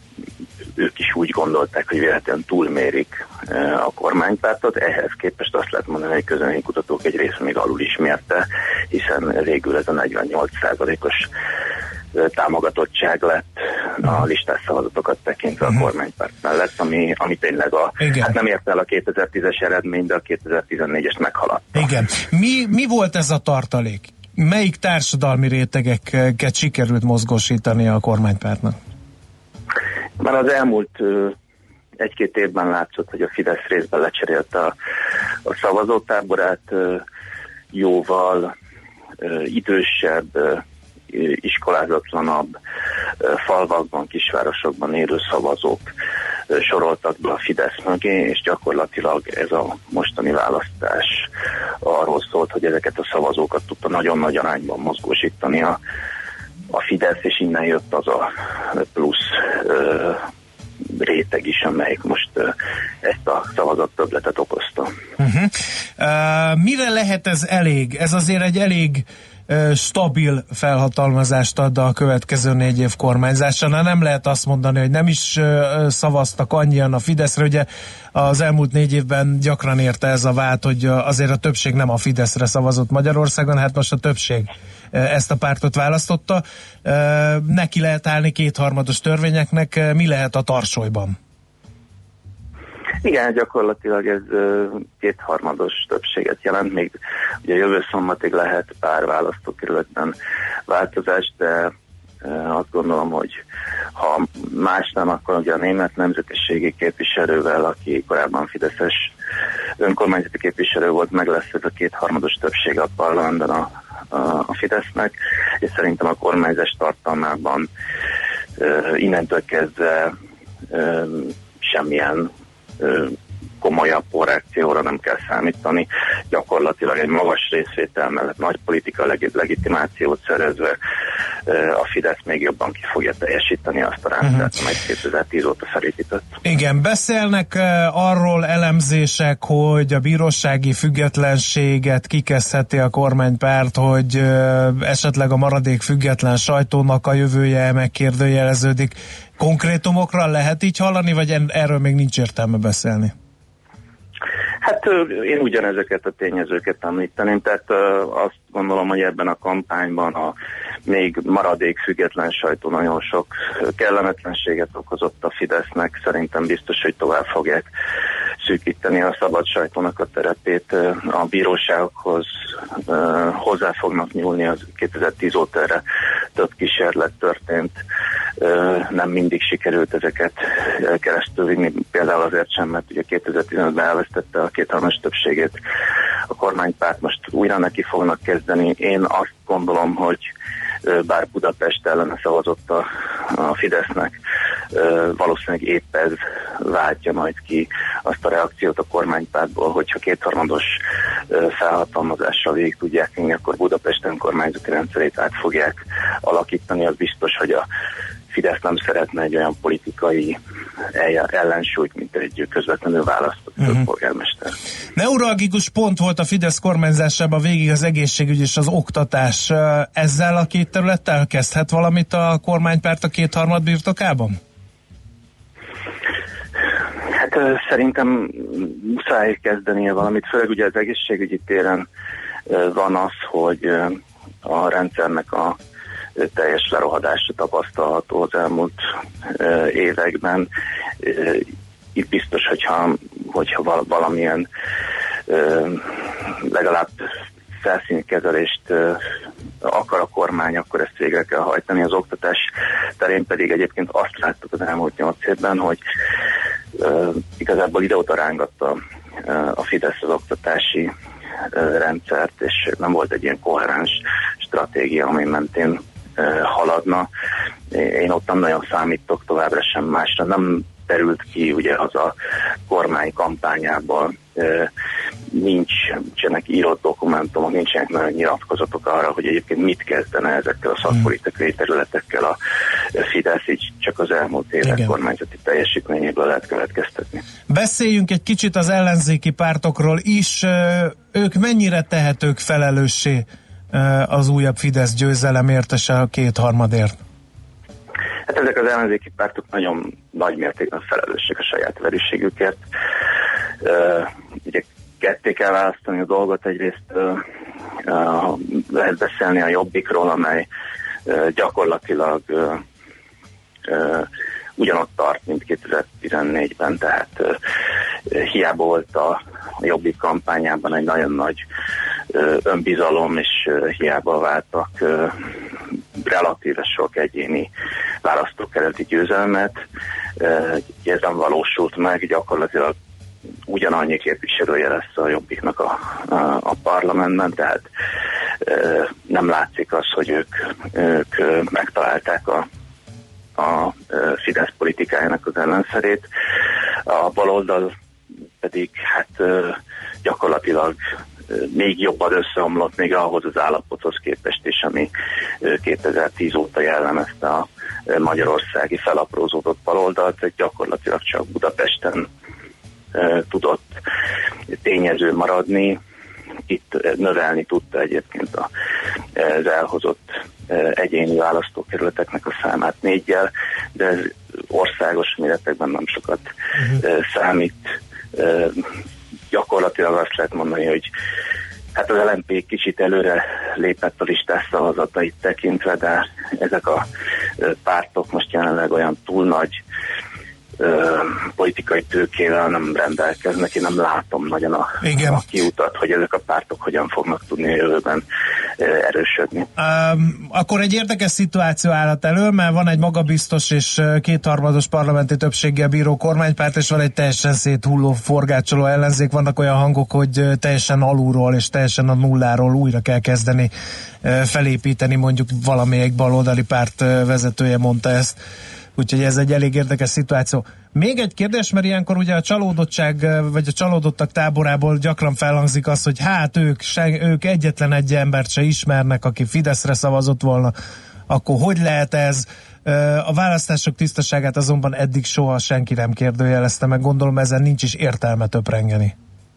ők is úgy gondolták, hogy véletlenül túlmérik a kormánypártot. Ehhez képest azt lehet mondani, hogy közvéleménykutatók egy része még alul is mérte, hiszen végül ez a negyvennyolc százalékos támogatottság lett a listás szavazatokat tekintve a kormánypárt mellett, ami, ami tényleg a, hát nem ért el a kétezer-tízes eredmény, de a kétezer-tizennégyest meghaladta. Igen. Mi, mi volt ez a tartalék? Melyik társadalmi rétegeket sikerült mozgósítani a kormánypártnak? Már az elmúlt egy-két évben látszott, hogy a Fidesz részben lecserélte a, a szavazótáborát, jóval idősebb, iskolázatlanabb falvakban, kisvárosokban élő szavazók soroltak be a Fidesz mögé, és gyakorlatilag ez a mostani választás arról szólt, hogy ezeket a szavazókat tudta nagyon nagy arányban mozgósítani a, a Fidesz, és innen jött az a plusz ö, réteg is, amelyik most ö, ezt a szavazat többletet okozta. Uh-huh. Uh, mire lehet ez elég? Ez azért egy elég stabil felhatalmazást ad a következő négy év kormányzásánál. Nem lehet azt mondani, hogy nem is szavaztak annyian a Fideszre. Ugye az elmúlt négy évben gyakran érte ez a vád, hogy azért a többség nem a Fideszre szavazott Magyarországon, hát most a többség ezt a pártot választotta. Neki lehet állni kétharmados törvényeknek. Mi lehet a tarsolyban? Igen, gyakorlatilag ez kétharmados többséget jelent, még ugye jövő szombatig lehet pár választókerületben változás, de azt gondolom, hogy ha más nem, akkor ugye a német nemzetiségi képviselővel, aki korábban fideszes önkormányzati képviselő volt, meg lesz ez a kétharmados többség a parlamentben a, a, a Fidesznek, és szerintem a kormányzás tartalmában innentől kezdve semmilyen komolyabb korrekcióra nem kell számítani. Gyakorlatilag egy magas részvétel mellett nagy politika leg- legitimációt szerezve a Fidesz még jobban ki fogja teljesíteni azt a rendszert, uh-huh. amely kétezer-tíz óta felépített. Igen, beszélnek uh, arról elemzések, hogy a bírósági függetlenséget kikezdheti a kormánypárt, hogy uh, esetleg a maradék független sajtónak a jövője megkérdőjeleződik. Konkrétumokra lehet így hallani, vagy erről még nincs értelme beszélni? Hát én ugyanezeket a tényezőket említeném, tehát azt gondolom, hogy ebben a kampányban a még maradék független sajtó nagyon sok kellemetlenséget okozott a Fidesznek. Szerintem biztos, hogy tovább fogják szűkíteni a szabad sajtónak a terepét. A bíróságokhoz hozzá fognak nyúlni, az kétezer-tíz óta erre több kísérlet történt. Nem mindig sikerült ezeket keresztül vinni, például azért sem, mert ugye kétezer-tizenötben elvesztette a kétharmados többségét a kormánypárt, most újra neki fognak kezdeni. Én azt gondolom, hogy bár Budapest ellene szavazott a, a Fidesznek, valószínűleg épp ez váltja majd ki azt a reakciót a kormánypártból, hogyha kétharmados felhatalmazással végig tudják vinni, akkor Budapest önkormányzati rendszerét át fogják alakítani. Az biztos, hogy a Fidesz nem szeretne egy olyan politikai ellensúlyt, mint egy közvetlenül választott uh-huh. polgármester. Neuralgikus pont volt a Fidesz kormányzásában végig az egészségügy és az oktatás. Ezzel a két területtel kezdhet valamit a kormánypárt a kétharmad birtokában? szerintem muszáj kezdenie valamit, főleg ugye az egészségügyi téren van az, hogy a rendszernek a teljes lerohadása tapasztalható az elmúlt években. Itt biztos, hogyha, hogyha valamilyen legalább felszíni kezelést akar a kormány, akkor ezt végre kell hajtani. Az oktatás terén pedig egyébként azt láttuk az elmúlt nyolc évben, hogy uh, igazából ide-oda rángatta uh, a Fidesz az oktatási uh, rendszert, és nem volt egy ilyen koherens stratégia, ami mentén uh, haladna. Én ott nem nagyon számítok továbbra sem másra. Nem terült ki ugye az a kormány kampányában, nincsenek írott dokumentumok, nincsenek nagyon nyilatkozatok arra, hogy egyébként mit kezdene ezekkel a szakpolitikai területekkel a Fidesz, így csak az elmúlt évek kormányzati teljesítményéből lehet következtetni. Beszéljünk egy kicsit az ellenzéki pártokról is. Ők mennyire tehetők felelőssé az újabb Fidesz győzelemért és a kétharmadért? Hát ezek az ellenzéki pártok nagyon nagy mértékben felelősek a saját vereségükért. Uh, ugye ketté kell választani a dolgot, egyrészt uh, uh, lehet beszélni a Jobbikról, amely uh, gyakorlatilag uh, uh, ugyanott tart, mint kétezer-tizennégyben, tehát uh, hiába volt a, a Jobbik kampányában egy nagyon nagy uh, önbizalom, és uh, hiába váltak uh, relatíve sok egyéni választókerületi győzelmet, uh, ez nem valósult meg, gyakorlatilag ugyanannyi képviselője lesz a Jobbiknak a, a, a parlamentben, tehát e, nem látszik az, hogy ők, ők megtalálták a, a Fidesz politikájának az ellenszerét. A baloldal pedig hát e, gyakorlatilag e, még jobban összeomlott még ahhoz az állapothoz képest is, ami kétezer-tíz óta jellemezte a magyarországi felaprózódott baloldalt, gyakorlatilag csak Budapesten tudott tényező maradni. Itt növelni tudta egyébként az elhozott egyéni választókerületeknek a számát négyel, de ez országos méretekben nem sokat uh-huh. számít. Gyakorlatilag azt lehet mondani, hogy hát az el em pé kicsit előre lépett a listás szavazatait tekintve, de ezek a pártok most jelenleg olyan túl nagy Uh, politikai tőkével nem rendelkeznek, én nem látom nagyon a, a kiutat, hogy ezek a pártok hogyan fognak tudni a jövőben uh, erősödni. Um, akkor egy érdekes szituáció állhat elő, mert van egy magabiztos és kétharmados parlamenti többséggel bíró kormánypárt, és van egy teljesen széthulló, forgácsoló ellenzék. Vannak olyan hangok, hogy teljesen alulról és teljesen a nulláról újra kell kezdeni uh, felépíteni, mondjuk valamelyik baloldali párt uh, vezetője mondta ezt. Úgyhogy ez egy elég érdekes szituáció. Még egy kérdés, mert ilyenkor ugye a csalódottság, vagy a csalódottak táborából gyakran felhangzik az, hogy hát ők, se, ők egyetlen egy embert se ismernek, aki Fideszre szavazott volna, akkor hogy lehet ez? A választások tisztaságát azonban eddig soha senki nem kérdőjelezte, meg gondolom ezen nincs is értelme töprengeni.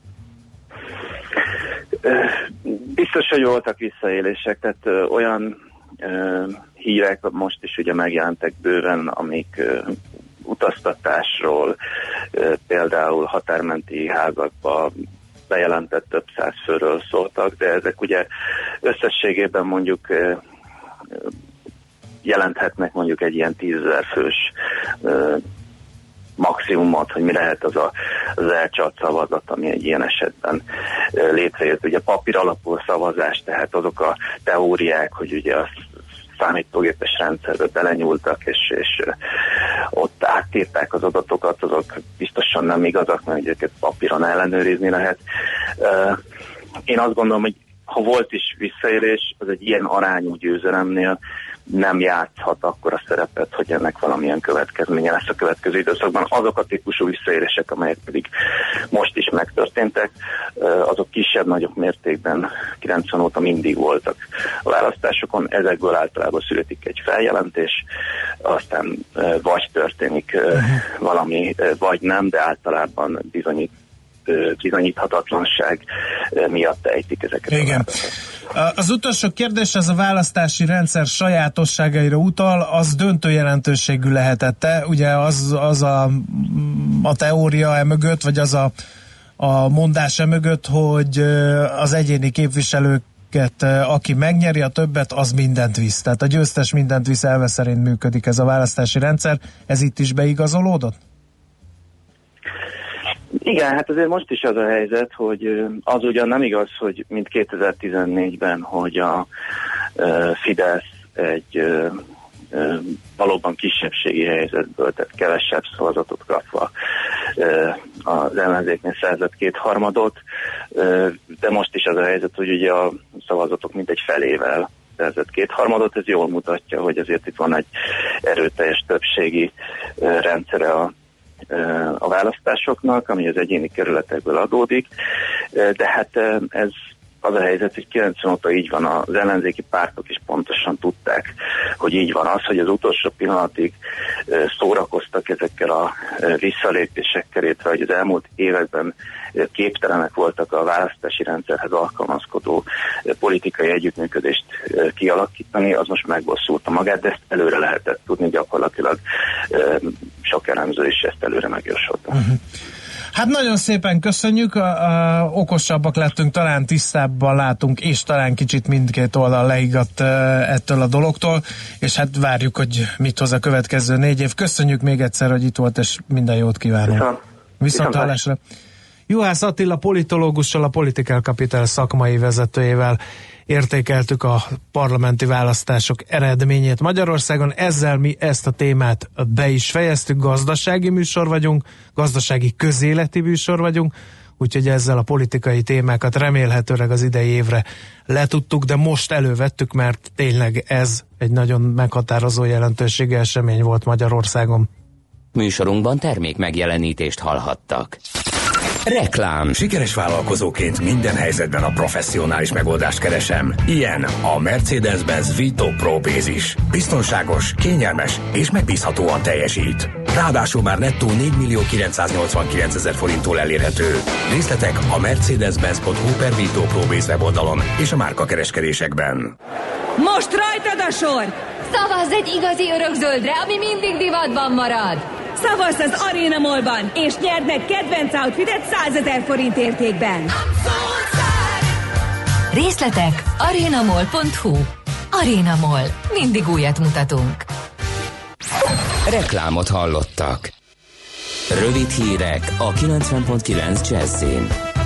Biztos, hogy voltak visszaélések, tehát olyan hírek most is ugye megjelentek bőven, amik uh, utaztatásról, uh, például határmenti házakba bejelentett több száz főről szóltak, de ezek ugye összességében mondjuk uh, jelenthetnek mondjuk egy ilyen tízezer fős uh, maximumot, hogy mi lehet az a, az elcsalt szavazat, ami egy ilyen esetben uh, létrejött. Ugye papír alapú szavazás, tehát azok a teóriák, hogy ugye az számítógépes rendszerbe belenyúltak, és, és ott átírták az adatokat, azok biztosan nem igazak, mert őket papíron ellenőrizni lehet. Én azt gondolom, hogy ha volt is visszaélés, az egy ilyen arányú győzelemnél nem játszhat akkor a szerepet, hogy ennek valamilyen következménye lesz a következő időszakban. Azok a típusú visszaélések, amelyek pedig most is megtörténtek, azok kisebb-nagyobb mértékben kilencven óta mindig voltak a választásokon. Ezekből általában születik egy feljelentés, aztán vagy történik valami, vagy nem, de általában bizonyít bizonyíthatatlanság miatt ejtik ezeket. Igen. A az utolsó kérdés, ez a választási rendszer sajátosságaira utal, az döntő jelentőségű lehetette. Ugye az, az a a teória e mögött, vagy az a, a mondás e mögött, hogy az egyéni képviselőket, aki megnyeri a többet, az mindent visz. Tehát a győztes mindent visz elve szerint működik ez a választási rendszer. Ez itt is beigazolódott? Igen, hát azért most is az a helyzet, hogy az ugyan nem igaz, hogy mint kétezer-tizennégyben, hogy a Fidesz egy valóban kisebbségi helyzetből, tehát kevesebb szavazatot kapva az ellenzéknél szerzett kétharmadot, de most is az a helyzet, hogy ugye a szavazatok mintegy felével szerzett kétharmadot, ez jól mutatja, hogy azért itt van egy erőteljes többségi rendszere a a választásoknak, ami az egyéni kerületekből adódik, de hát ez az a helyzet, hogy kilencven óta így van, az ellenzéki pártok is pontosan tudták, hogy így van az, hogy az utolsó pillanatig szórakoztak ezekkel a visszalépésekkel, illetve hogy az elmúlt években képtelenek voltak a választási rendszerhez alkalmazkodó politikai együttműködést kialakítani, az most megbosszulta magát, de ezt előre lehetett tudni, gyakorlatilag sok elemző is ezt előre megjósolta. Uh-huh. Hát nagyon szépen köszönjük, a, a, okosabbak lettünk, talán tisztábban látunk, és talán kicsit mindkét oldal leigadt e, ettől a dologtól, és hát várjuk, hogy mit hoz a következő négy év. Köszönjük még egyszer, hogy itt volt, és minden jót kívánunk. Viszont, Viszont hallásra. Juhász Attila politológussal, a Political Capital szakmai vezetőjével értékeltük a parlamenti választások eredményét Magyarországon. Ezzel mi ezt a témát be is fejeztük, gazdasági műsor vagyunk, gazdasági közéleti műsor vagyunk, úgyhogy ezzel a politikai témákat remélhetőleg az idei évre letudtuk, de most elővettük, mert tényleg ez egy nagyon meghatározó jelentőségű esemény volt Magyarországon. Műsorunkban termék megjelenítést hallhattak. Reklám. Sikeres vállalkozóként minden helyzetben a professzionális megoldást keresem. Ilyen a Mercedes-Benz Vito Pro Basis. Biztonságos, kényelmes és megbízhatóan teljesít. Ráadásul már nettó négymillió kilencszáznyolcvankilencezer forinttól elérhető. Részletek a mercedes-benz pont hu per Vito Pro Base weboldalon és a márkakereskedésekben. Most rajtad a sor! Szavazz egy igazi örökzöldre, ami mindig divatban marad! Szavazz az Arena Mallban, és nyerd meg kedvenc outfitet százezer forint értékben! Részletek arenamall pont hu. Arena Mall. Mindig újat mutatunk. Reklámot hallottak. Rövid hírek a kilencven pont kilenc Jazzin.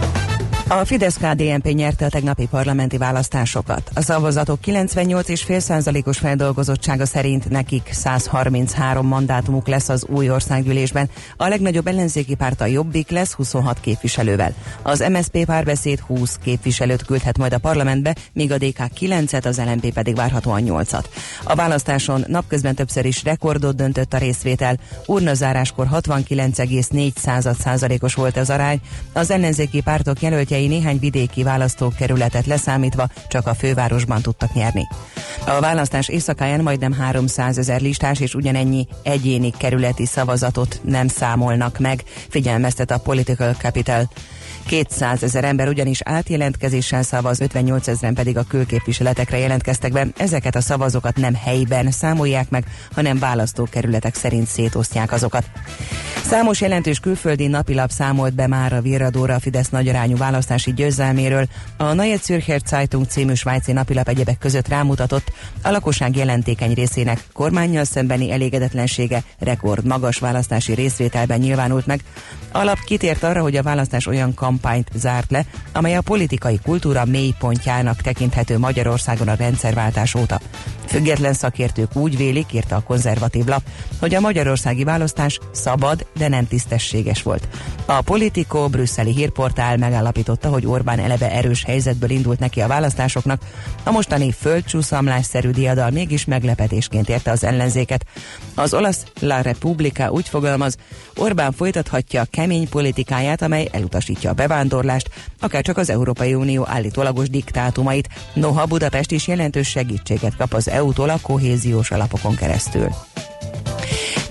A Fidesz-ká dé en pé nyerte a tegnapi parlamenti választásokat. A szavazatok kilencvennyolc egész öt százalékos feldolgozottsága szerint nekik száz harminchárom mandátumuk lesz az új országgyűlésben. A legnagyobb ellenzéki párt a Jobbik lesz huszonhat képviselővel. Az em es zé pé Párbeszéd húsz képviselőt küldhet majd a parlamentbe, míg a dé ká kilencet, az el en pé pedig várhatóan nyolcat. A választáson napközben többször is rekordot döntött a részvétel. Urnazáráskor hatvankilenc egész négy százalékos volt az arány. Az ellenzéki pártok jelöltje néhány vidéki választókerületet leszámítva csak a fővárosban tudtak nyerni. A választás éjszakáján majdnem háromszázezer listás és ugyanennyi egyéni kerületi szavazatot nem számolnak meg, figyelmeztet a Political Capital. kétszázezer ember ugyanis átjelentkezéssel szavaz, ötvennyolcezren pedig a külképviseletekre jelentkeztek be. Ezeket a szavazókat nem helyben számolják meg, hanem választókerületek szerint szétosztják azokat. Számos jelentős külföldi napilap számolt be már a virradóra a Fidesz nagyarányú választási győzelméről. A Neue Zürcher Zeitung című svájci napilap egyebek között rámutatott, a lakosság jelentékeny részének kormánnyal szembeni elégedetlensége rekord magas választási részvételben nyilvánult meg. A lap kitért arra, hogy a választás olyan kampányt zárt le, amely a politikai kultúra mélypontjának tekinthető Magyarországon a rendszerváltás óta. Független szakértők úgy vélik, írta a konzervatív lap, hogy a magyarországi választás szabad, de nem tisztességes volt. A Politico brüsszeli hírportál megállapította, hogy Orbán eleve erős helyzetből indult neki a választásoknak, a mostani földcsúszamlásszerű diadal mégis meglepetésként érte az ellenzéket. Az olasz La Repubblica úgy fogalmaz, Orbán folytathatja a kemény politikáját, amely elutasítja a bevándorlást, akár csak az Európai Unió állítólagos diktátumait, noha Budapest is jelentős segítséget kap az é u-tól a kohéziós alapokon keresztül.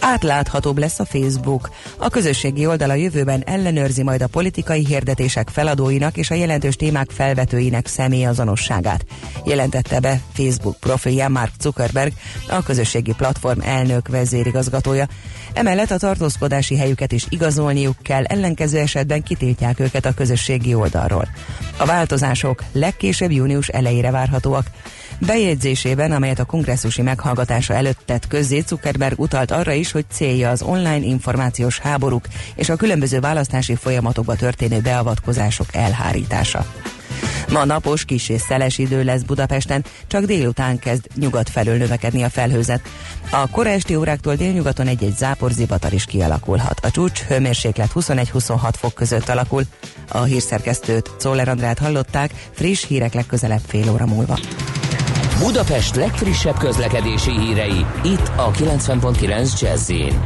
Átláthatóbb lesz a Facebook. A közösségi oldal a jövőben ellenőrzi majd a politikai hirdetések feladóinak és a jelentős témák felvetőinek személyazonosságát. Jelentette be Facebook profilján Mark Zuckerberg, a közösségi platform elnök vezérigazgatója. Emellett a tartózkodási helyüket is igazolniuk kell, ellenkező esetben kitiltják őket a közösségi oldalról. A változások legkésőbb június elejére várhatóak. Bejegyzésében, amelyet a kongresszusi meghallgatása előtt tett közzé, Zuckerberg utalt arra is, hogy célja az online információs háborúk és a különböző választási folyamatokba történő beavatkozások elhárítása. Ma napos, kis és szeles idő lesz Budapesten, csak délután kezd nyugat felől növekedni a felhőzet. A kora esti óráktól délnyugaton egy-egy záporzivatar is kialakulhat. A csúcs hőmérséklet huszonegy-huszonhat fok között alakul. A hírszerkesztőt, Czoller Andrát hallották, friss hírek legközelebb fél óra múlva. Budapest legfrissebb közlekedési hírei, itt a kilencven pont kilenc Jazz-in.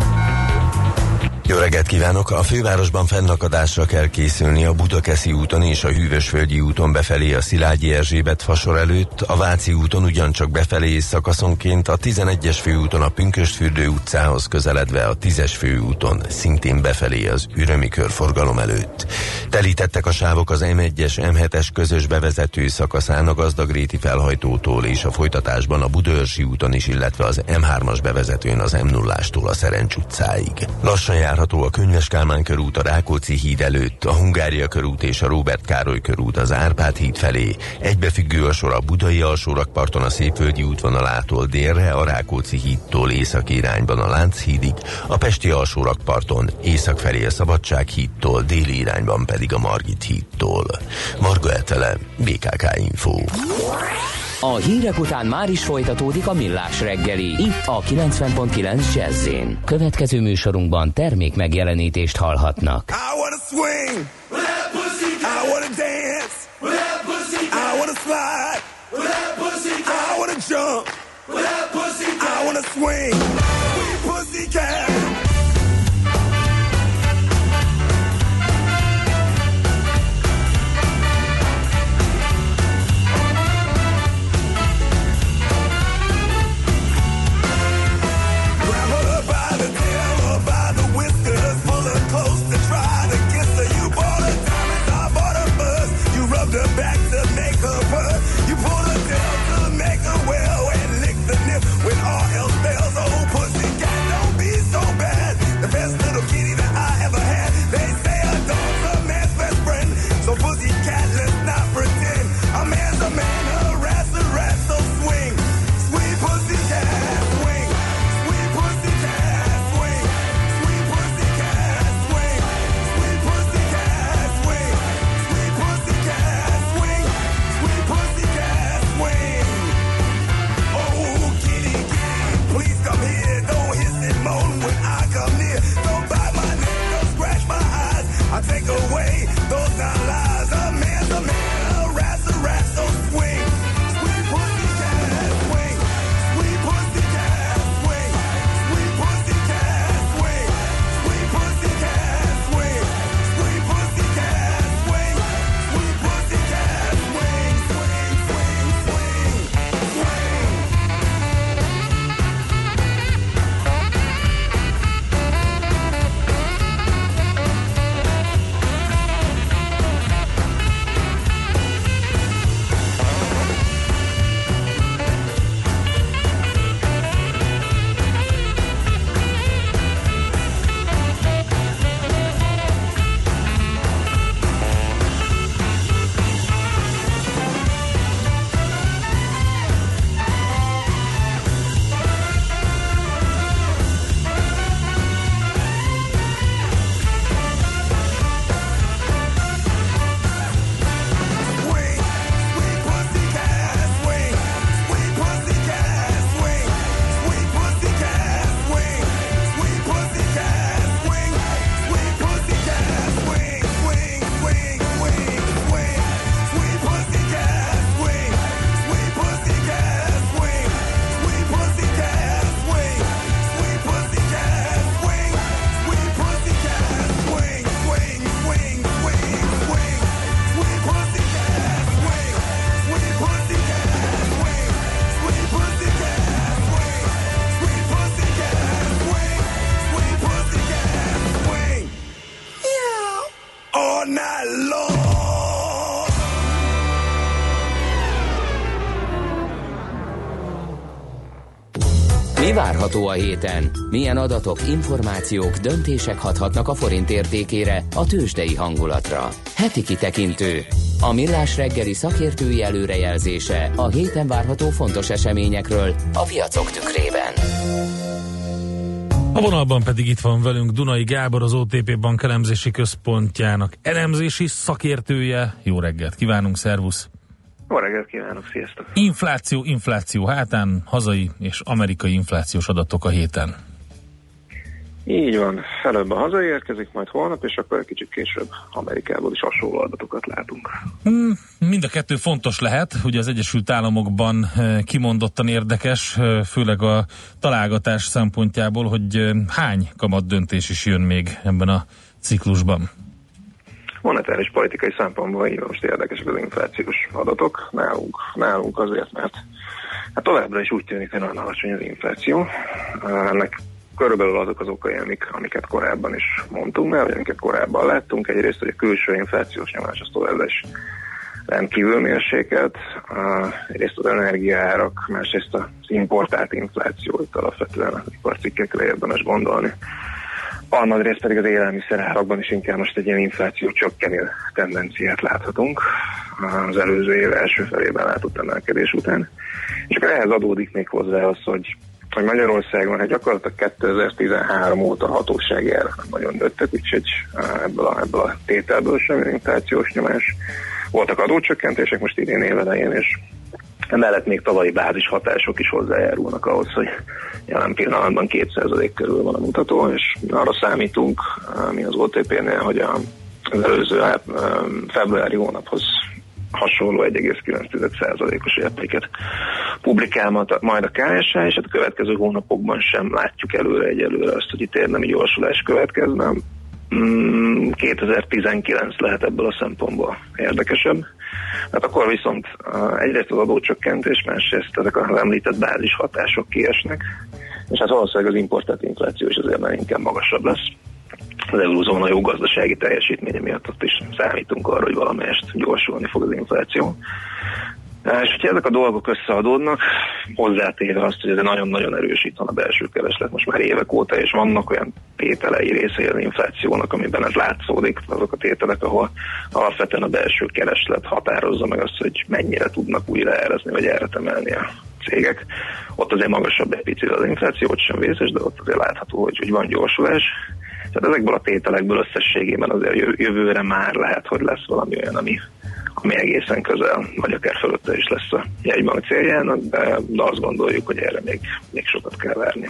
Jó reggelt kívánok! A fővárosban fennakadásra kell készülni a Budakeszi úton és a Hűvösvölgyi úton befelé a Szilágyi Erzsébet fasor előtt, a Váci úton ugyancsak befelé és szakaszonként, a tizenegyes főúton a Pünkösdfürdő utcához közeledve, a tízes főúton szintén befelé az Ürömi körforgalom előtt. Telítettek a sávok az em egyes em hetes közös bevezető szakaszán a Gazdagréti felhajtótól és a folytatásban a Budaörsi úton is, illetve az em hármas bevezetőn az em nullástól a Szerencs utcáig. Lassan járható a Könyves Kálmán körút a Rákóczi híd előtt, a Hungária körút és a Róbert Károly körút az Árpád híd felé, egybefüggő a sor a Budai alsórakparton a Szépvölgyi útvonalától délre, a Rákóczi hídtól északi irányban a Lánchídig, a Pesti alsórakparton észak felé a Szabadság hídtól, déli irányban pedig a Margit hídtól. Marga Etele, bé ká ká Info. A hírek után már is folytatódik a Millás reggeli, itt a kilencven pont kilenc Jazz-in. Következő műsorunkban termék megjelenítést hallhatnak. I wanna swing, I wanna dance, I wanna slide, I wanna jump, I wanna swing, we pussycat. Back to make her purr. You pull her tail to make her well and lick the nip when all else fails. Oh, pussycat, don't be so várható a héten? Milyen adatok, információk, döntések hathatnak a forint értékére, a tőzsdei hangulatra? Heti kitekintő. A Millás reggeli szakértői előrejelzése a héten várható fontos eseményekről a piacok tükrében. A vonalban pedig itt van velünk Dunai Gábor, az o té pé Bank elemzési központjának elemzési szakértője. Jó reggelt kívánunk, szervusz! Jó reggelt kívánok, sziasztok! Infláció, infláció hátán, hazai és amerikai inflációs adatok a héten. Így van, előbb a hazai érkezik, majd holnap, és akkor egy kicsit később Amerikából is hasonló adatokat látunk. Hmm, mind a kettő fontos lehet, ugye az Egyesült Államokban kimondottan érdekes, főleg a találgatás szempontjából, hogy hány kamat döntés is jön még ebben a ciklusban. Monetáris politikai szempontból így most érdekesek az inflációs adatok nálunk, nálunk azért, mert hát továbbra is úgy tűnik, hogy nagyon alacsony az infláció. Ennek körülbelül azok az okai, amik, amiket korábban is mondtunk, mert amiket korábban láttunk. Egyrészt, hogy a külső inflációs nyomás az továbbra is rendkívül mérsékelt. Egyrészt az energiaárak, másrészt az importált infláció, itt alapvetően az iparcikkekre érdemes gondolni. Harmadrészt pedig az élelmiszerárakban is inkább most egy ilyen infláció csökkenő tendenciát láthatunk az előző év első felében látott emelkedés után. És akkor ehhez adódik még hozzá az, hogy hogy Magyarországon hát gyakorlatilag kétezer-tizenhárom óta hatósági árak nem nagyon nőttek, úgyhogy ebből a, ebből a tételből sem inflációs nyomás. Voltak adócsökkentések most idén évelején, és emellett még tavalyi bázis hatások is hozzájárulnak ahhoz, hogy jelen pillanatban két százalék körül van a mutató, és arra számítunk, mi az o té pé-nél, hogy az előző februári hónaphoz hasonló egy egész kilenc százalékos értéket publikál majd a ká es há, és hát a következő hónapokban sem látjuk előre egyelőre azt, hogy itt érdemi gyorsulás következne. kétezer-tizenkilenc lehet ebből a szempontból érdekesebb. Hát akkor viszont egyrészt az adócsökkentés, másrészt ezek az említett bázis hatások kiesnek, és hát valószínűleg az importált infláció is azért már inkább magasabb lesz. Az eurózóna jó gazdasági teljesítménye miatt ott is számítunk arra, hogy valamelyest gyorsulni fog az infláció. És hogyha ezek a dolgok összeadódnak, hozzátéve azt, hogy ez nagyon-nagyon erősít van a belső kereslet most már évek óta, és vannak olyan tételei részei az inflációnak, amiben ez látszódik, azok a tételek, ahol alapvetően a belső kereslet határozza meg azt, hogy mennyire tudnak újra árazni, vagy árat emelni a cégek. Ott azért magasabb egy picit az infláció, ott sem vészes, de ott azért látható, hogy, hogy van gyorsulás. Tehát ezekből a tételekből összességében azért jövőre már lehet, hogy lesz valami olyan, ami, ami egészen közel, vagy akár fölötte is lesz a jegybank céljának, de, de azt gondoljuk, hogy erre még, még sokat kell várni.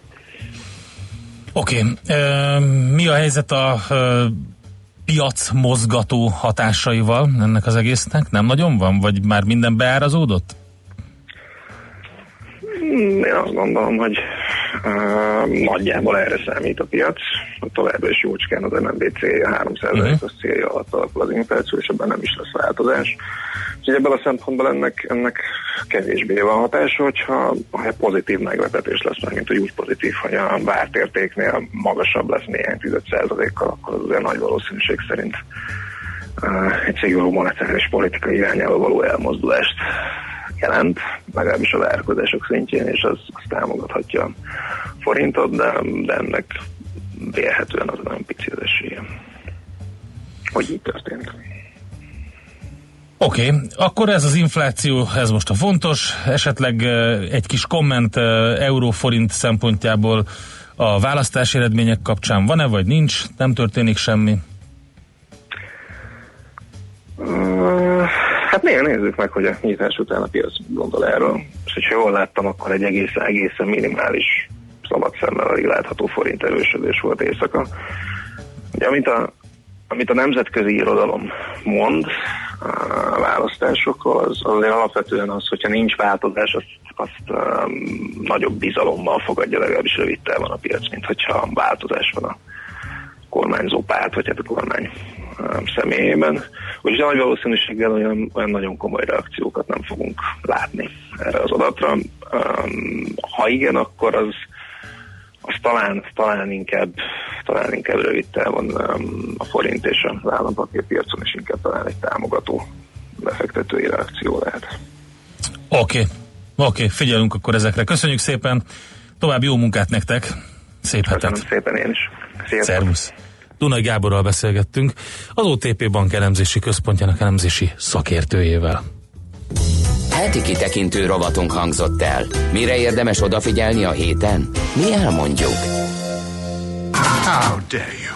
Oké. Okay. Mi a helyzet a piac mozgató hatásaival ennek az egésznek? Nem nagyon van? Vagy már minden beárazódott? Én azt gondolom, hogy uh, nagyjából erre számít a piac. Továbbra is jócskán az em en bé célja, három százalékos célja alatt alakul az infláció, és ebben nem is lesz változás. Úgyhogy ebből a szempontból ennek, ennek kevésbé van hatása, hogyha ha pozitív meglepetés lesz, már mint hogy úgy pozitív, hogy a várt értéknél magasabb lesz néhány tized százalékkal, akkor az azért nagy valószínűség szerint uh, egy szigorú monetáris politikai irányába való elmozdulást jelent, legalábbis a várakozások szintjén, és az, az támogathatja a forintot, de, de ennek vélhetően az nagyon pici az esélye, hogy így történt. Oké, okay. Akkor ez az infláció, ez most a fontos, esetleg egy kis komment euró-forint szempontjából a választási eredmények kapcsán van-e, vagy nincs, nem történik semmi? Uh, hát néha nézzük meg, hogy a nyitás után a piac gondol erről, és hogyha jól láttam, akkor egy egészen, egészen minimális szabad szemmel alig látható forint erősödés volt éjszaka. Ugye, amit a, amit a nemzetközi irodalom mond a választásokról, az, az alapvetően az, hogyha nincs változás, azt, azt um, nagyobb bizalommal fogadja legalábbis rövid távon a piac, mint hogyha változás van a kormányzó párt, vagy hát a kormány um, személyében. Úgyhogy nagy valószínűséggel olyan, olyan nagyon komoly reakciókat nem fogunk látni erre az adatra. Um, ha igen, akkor az az talán, talán inkább talán inkább rövid távon um, a forint és az állampapírpiacon is inkább talán egy támogató befektetői reakció lehet. Oké, okay. oké, okay. Figyelünk akkor ezekre. Köszönjük szépen További jó munkát nektek, szép hetet. Köszönöm szépen én is. Sziasztok. Szervusz. Dunai Gáborral beszélgettünk, az o té pé Bank elemzési központjának elemzési szakértőjével. Heti kitekintő rovatunk hangzott el. Mire érdemes odafigyelni a héten? Mi elmondjuk. How dare you?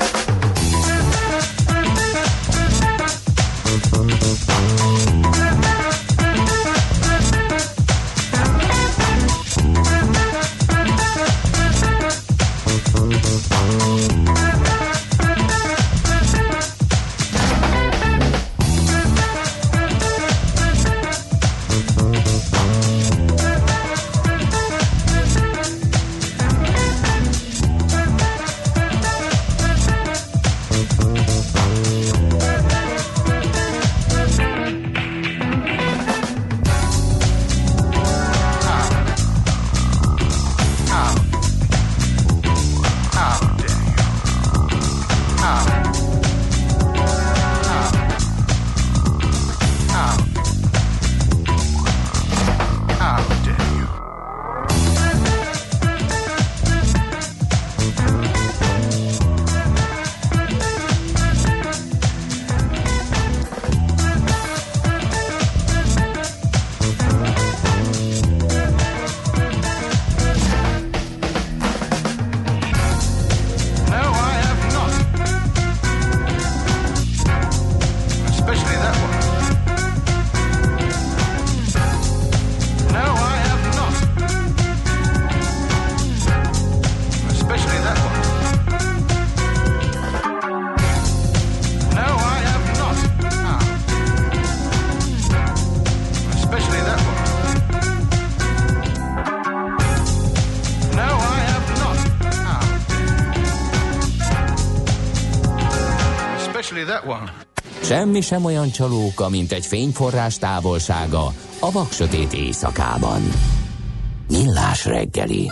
Semmi sem olyan csalóka, mint egy fényforrás távolsága a vaksötét éjszakában. Millás reggeli.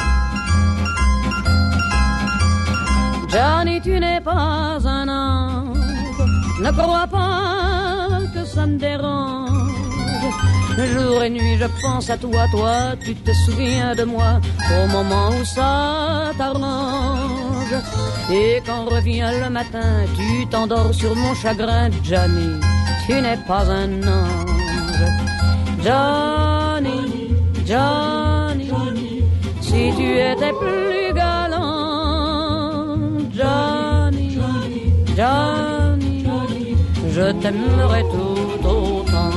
Johnny, tu n'es pas un ange, ne crois pas que ça me dérange. Jour et nuit je pense à toi, toi tu te souviens de moi au moment où ça t'arrange. Et quand revient le matin, tu t'endors sur mon chagrin. Johnny, tu n'es pas un ange. Johnny, Johnny, si tu étais plus galant. Johnny, Johnny, je t'aimerais tout autant.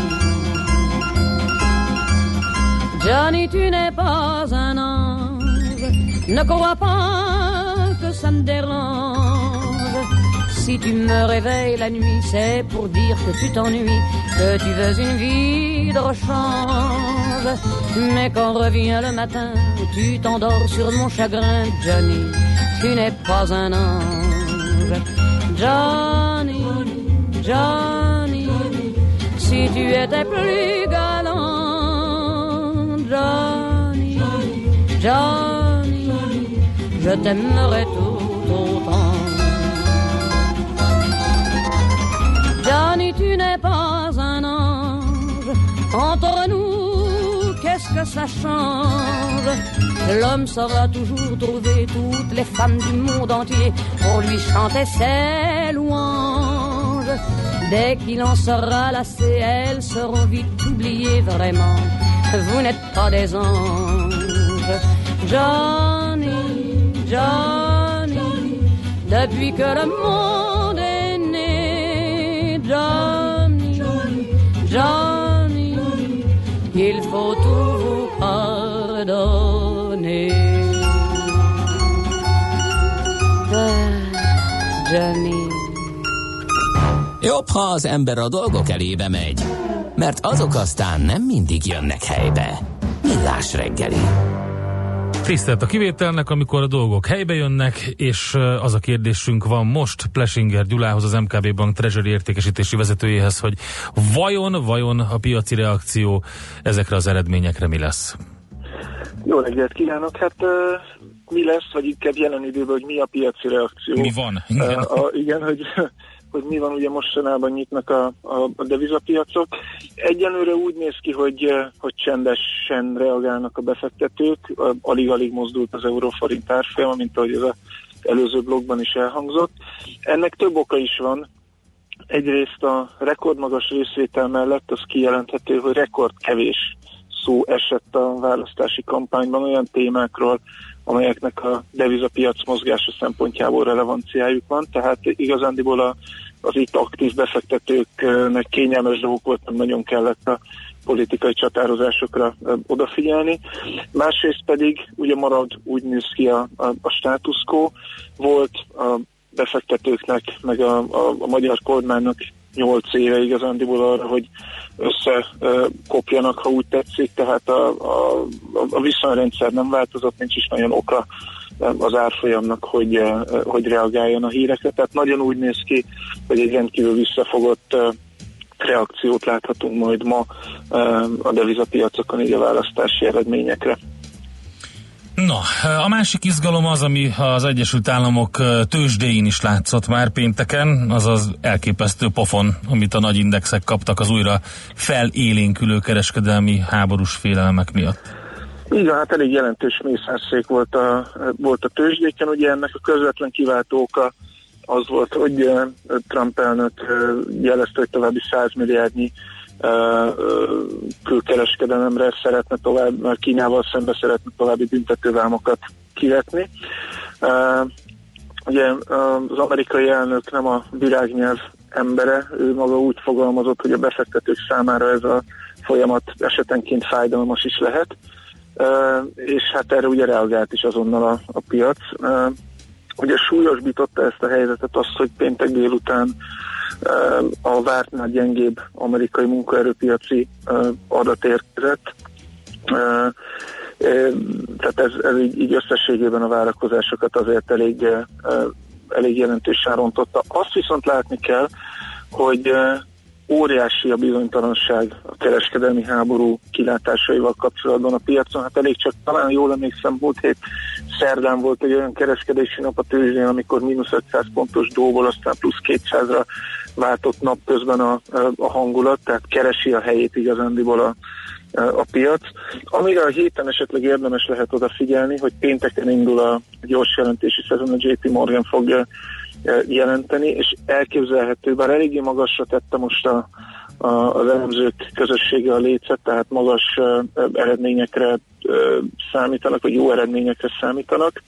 Johnny, tu n'es pas un ange, ne crois pas que ça me dérange. Si tu me réveilles la nuit, c'est pour dire que tu t'ennuies, que tu veux une vie de rechange. Mais quand revient le matin, tu t'endors sur mon chagrin. Johnny, tu n'es pas un ange. Johnny, Johnny, si tu étais plus galant. Johnny, Johnny, je t'aimerais tout autant. Johnny, tu n'es pas un ange. Entre nous, qu'est-ce que ça change? L'homme saura toujours trouver toutes les femmes du monde entier pour lui chanter ses louanges. Dès qu'il en sera lassé, elles seront vite oubliées vraiment. Vous n'êtes pas des anges. Johnny, Johnny, depuis que le monde est né. Johnny, Johnny, il faut tout vous pardonner. Johnny. Jobb, ha az ember a dolgok elébe megy, mert azok aztán nem mindig jönnek helybe. Millás reggeli. Tisztelt a kivételnek, amikor a dolgok helybe jönnek, és az a kérdésünk van most Plesinger Gyulához, az em ká bé Bank Treasury értékesítési vezetőjéhez, hogy vajon, vajon a piaci reakció ezekre az eredményekre mi lesz? Jó reggelt kívánok! Hát uh, mi lesz, vagy inkább jelen időben, hogy mi a piaci reakció? Mi van? Igen, uh, a, igen hogy hogy mi van, ugye mostanában nyitnak a, a, a devizapiacok. Egyenlőre úgy néz ki, hogy, hogy csendesen reagálnak a befektetők, alig-alig mozdult az euróforint árfolyama, mint ahogy az előző blogban is elhangzott. Ennek több oka is van. Egyrészt a rekordmagas részvétel mellett az kijelenthető, hogy rekordkevés szó esett a választási kampányban olyan témákról, amelyeknek a devizapiac mozgása szempontjából relevanciájuk van, tehát igazándiból a, az itt aktív befektetőknek kényelmes dolgok volt, nem nagyon kellett a politikai csatározásokra odafigyelni. Másrészt pedig ugye marad, úgy néz ki a, a, a status quo, volt a befektetőknek, meg a, a, a magyar kormánynak nyolc éve igazándiból arra, hogy összekopjanak, ha úgy tetszik, tehát a, a, a viszonyrendszer nem változott, nincs is nagyon oka az árfolyamnak, hogy, hogy reagáljon a hírekre. Tehát nagyon úgy néz ki, hogy egy rendkívül visszafogott reakciót láthatunk majd ma a devizapiacokon így a választási eredményekre. No, a másik izgalom az, ami az Egyesült Államok tőzsdéin is látszott már pénteken, az az elképesztő pofon, amit a nagy indexek kaptak az újra felélénkülő kereskedelmi háborús félelmek miatt. Igen, hát elég jelentős mészárszék volt a, volt a tőzsdéken, ugye ennek a közvetlen kiváltó oka az volt, hogy Trump elnök jelezte, hogy további száz milliárdnyi külkereskedelemre szeretne tovább, Kínával szembe szeretne további büntetővámokat kivetni. Ugye az amerikai elnök nem a virágnyelv embere, ő maga úgy fogalmazott, hogy a befektetők számára ez a folyamat esetenként fájdalmas is lehet, és hát erre ugye reagált is azonnal a, a piac. Ugye súlyosbította ezt a helyzetet azt, hogy péntek délután a vártnál gyengébb amerikai munkaerőpiaci adat érkezett. Tehát ez, ez így, így összességében a várakozásokat azért elég, elég jelentősen rontotta. Azt viszont látni kell, hogy óriási a bizonytalanság a kereskedelmi háború kilátásaival kapcsolatban a piacon. Hát elég csak, talán jól emlékszem, múlt hét szerdán volt egy olyan kereskedési nap a tőzsdén, amikor mínusz ötszáz pontos dóból aztán plusz kétszázra váltott napközben a, a hangulat, tehát keresi a helyét igazándiból a, a piac. Amire a héten esetleg érdemes lehet odafigyelni, hogy pénteken indul a gyors jelentési szezon, a jé pé Morgan fogja jelenteni, és elképzelhető, bár eléggé magasra tette most a, a, az elemzők közössége a lécet, tehát magas uh, eredményekre uh, számítanak, vagy jó eredményekre számítanak.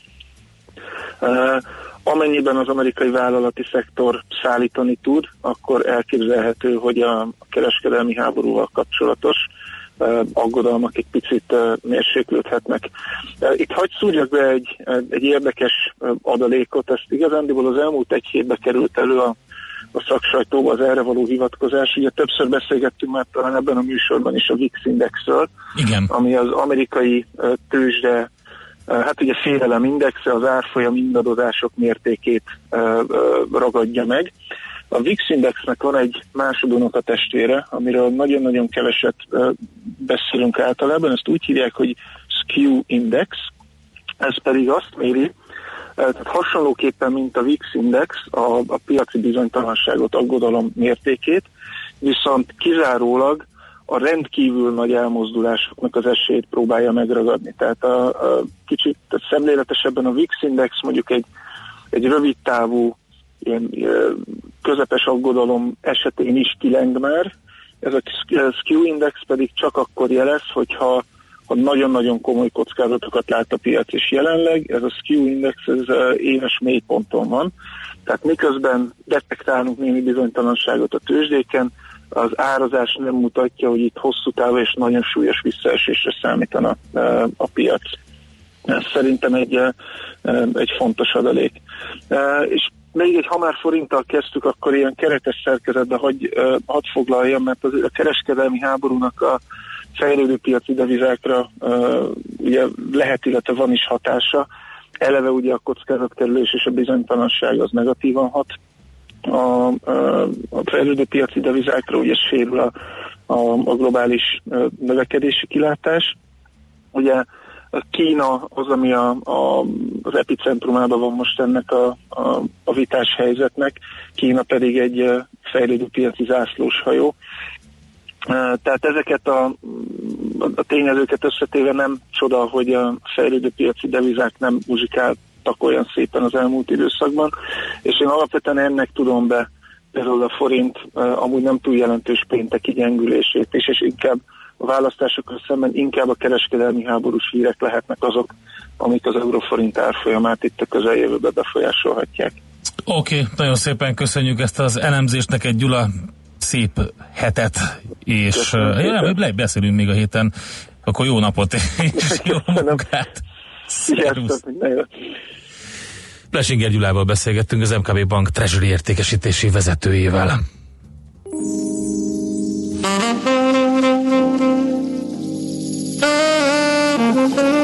Uh, amennyiben az amerikai vállalati szektor szállítani tud, akkor elképzelhető, hogy a, a kereskedelmi háborúval kapcsolatos aggodalmak egy picit mérséklődhetnek. Itt hagy szúrjak be egy, egy érdekes adalékot, ezt igazándiból az elmúlt egy hétbe került elő a, a szaksajtóba az erre való hivatkozás. Ugye többször beszélgettünk már talán ebben a műsorban is a vé i iksz indexről, igen, ami az amerikai tőzsde, hát ugye félelem indexe, az árfolyam ingadozások mértékét ragadja meg. A vé i iksz indexnek van egy másodunok a testvére, amiről nagyon-nagyon keveset uh, beszélünk általában, ezt úgy hívják, hogy Skew Index, ez pedig azt méri, uh, tehát hasonlóképpen, mint a vé i iksz Index, a, a piaci bizonytalanságot, aggodalom mértékét, viszont kizárólag a rendkívül nagy elmozdulásoknak az esélyét próbálja megragadni. Tehát a, a kicsit tehát szemléletesebben a vé i iksz Index mondjuk egy, egy rövid távú ilyen közepes aggodalom esetén is kileng már. Ez a Skew Index pedig csak akkor jelez, hogyha ha nagyon-nagyon komoly kockázatokat lát a piac, és jelenleg ez a Skew Index ez éves mélyponton van. Tehát miközben detektálunk némi bizonytalanságot a tőzsdéken, az árazás nem mutatja, hogy itt hosszú távú és nagyon súlyos visszaesésre számítana a piac. Ez szerintem egy, egy fontos adalék. És még egy, ha már forinttal kezdtük, akkor ilyen keretes szerkezetben hagy, uh, hadd foglaljam, mert az, a kereskedelmi háborúnak a fejlődő piaci devizákra uh, ugye lehet, illetve van is hatása. Eleve ugye a kockázatkerülés és a bizonytalanság az negatívan hat a, a, a fejlődő piaci devizákra, ugye sérül a, a, a globális uh, növekedési kilátás. Ugye Kína az, ami a, a, az epicentrumában van most ennek a, a, a vitás helyzetnek, Kína pedig egy fejlődő piaci zászlóshajó. Tehát ezeket a, a tényezőket összetéve nem csoda, hogy a fejlődő piaci devizák nem muzsikáltak olyan szépen az elmúlt időszakban, és én alapvetően ennek tudom be például a forint amúgy nem túl jelentős pénteki gyengülését is, és inkább a választásokkal szemben inkább a kereskedelmi háborús hírek lehetnek azok, amik az euróforint árfolyamát itt a közeljövőben befolyásolhatják. Oké, okay, nagyon szépen köszönjük ezt az elemzést neked, Gyula, szép hetet, és uh, beszélünk még a héten, akkor jó napot és jó munkát! Szervusz! Plesinger Gyulával beszélgettünk, az em ká bé Bank Treasury értékesítési vezetőjével. Thank you.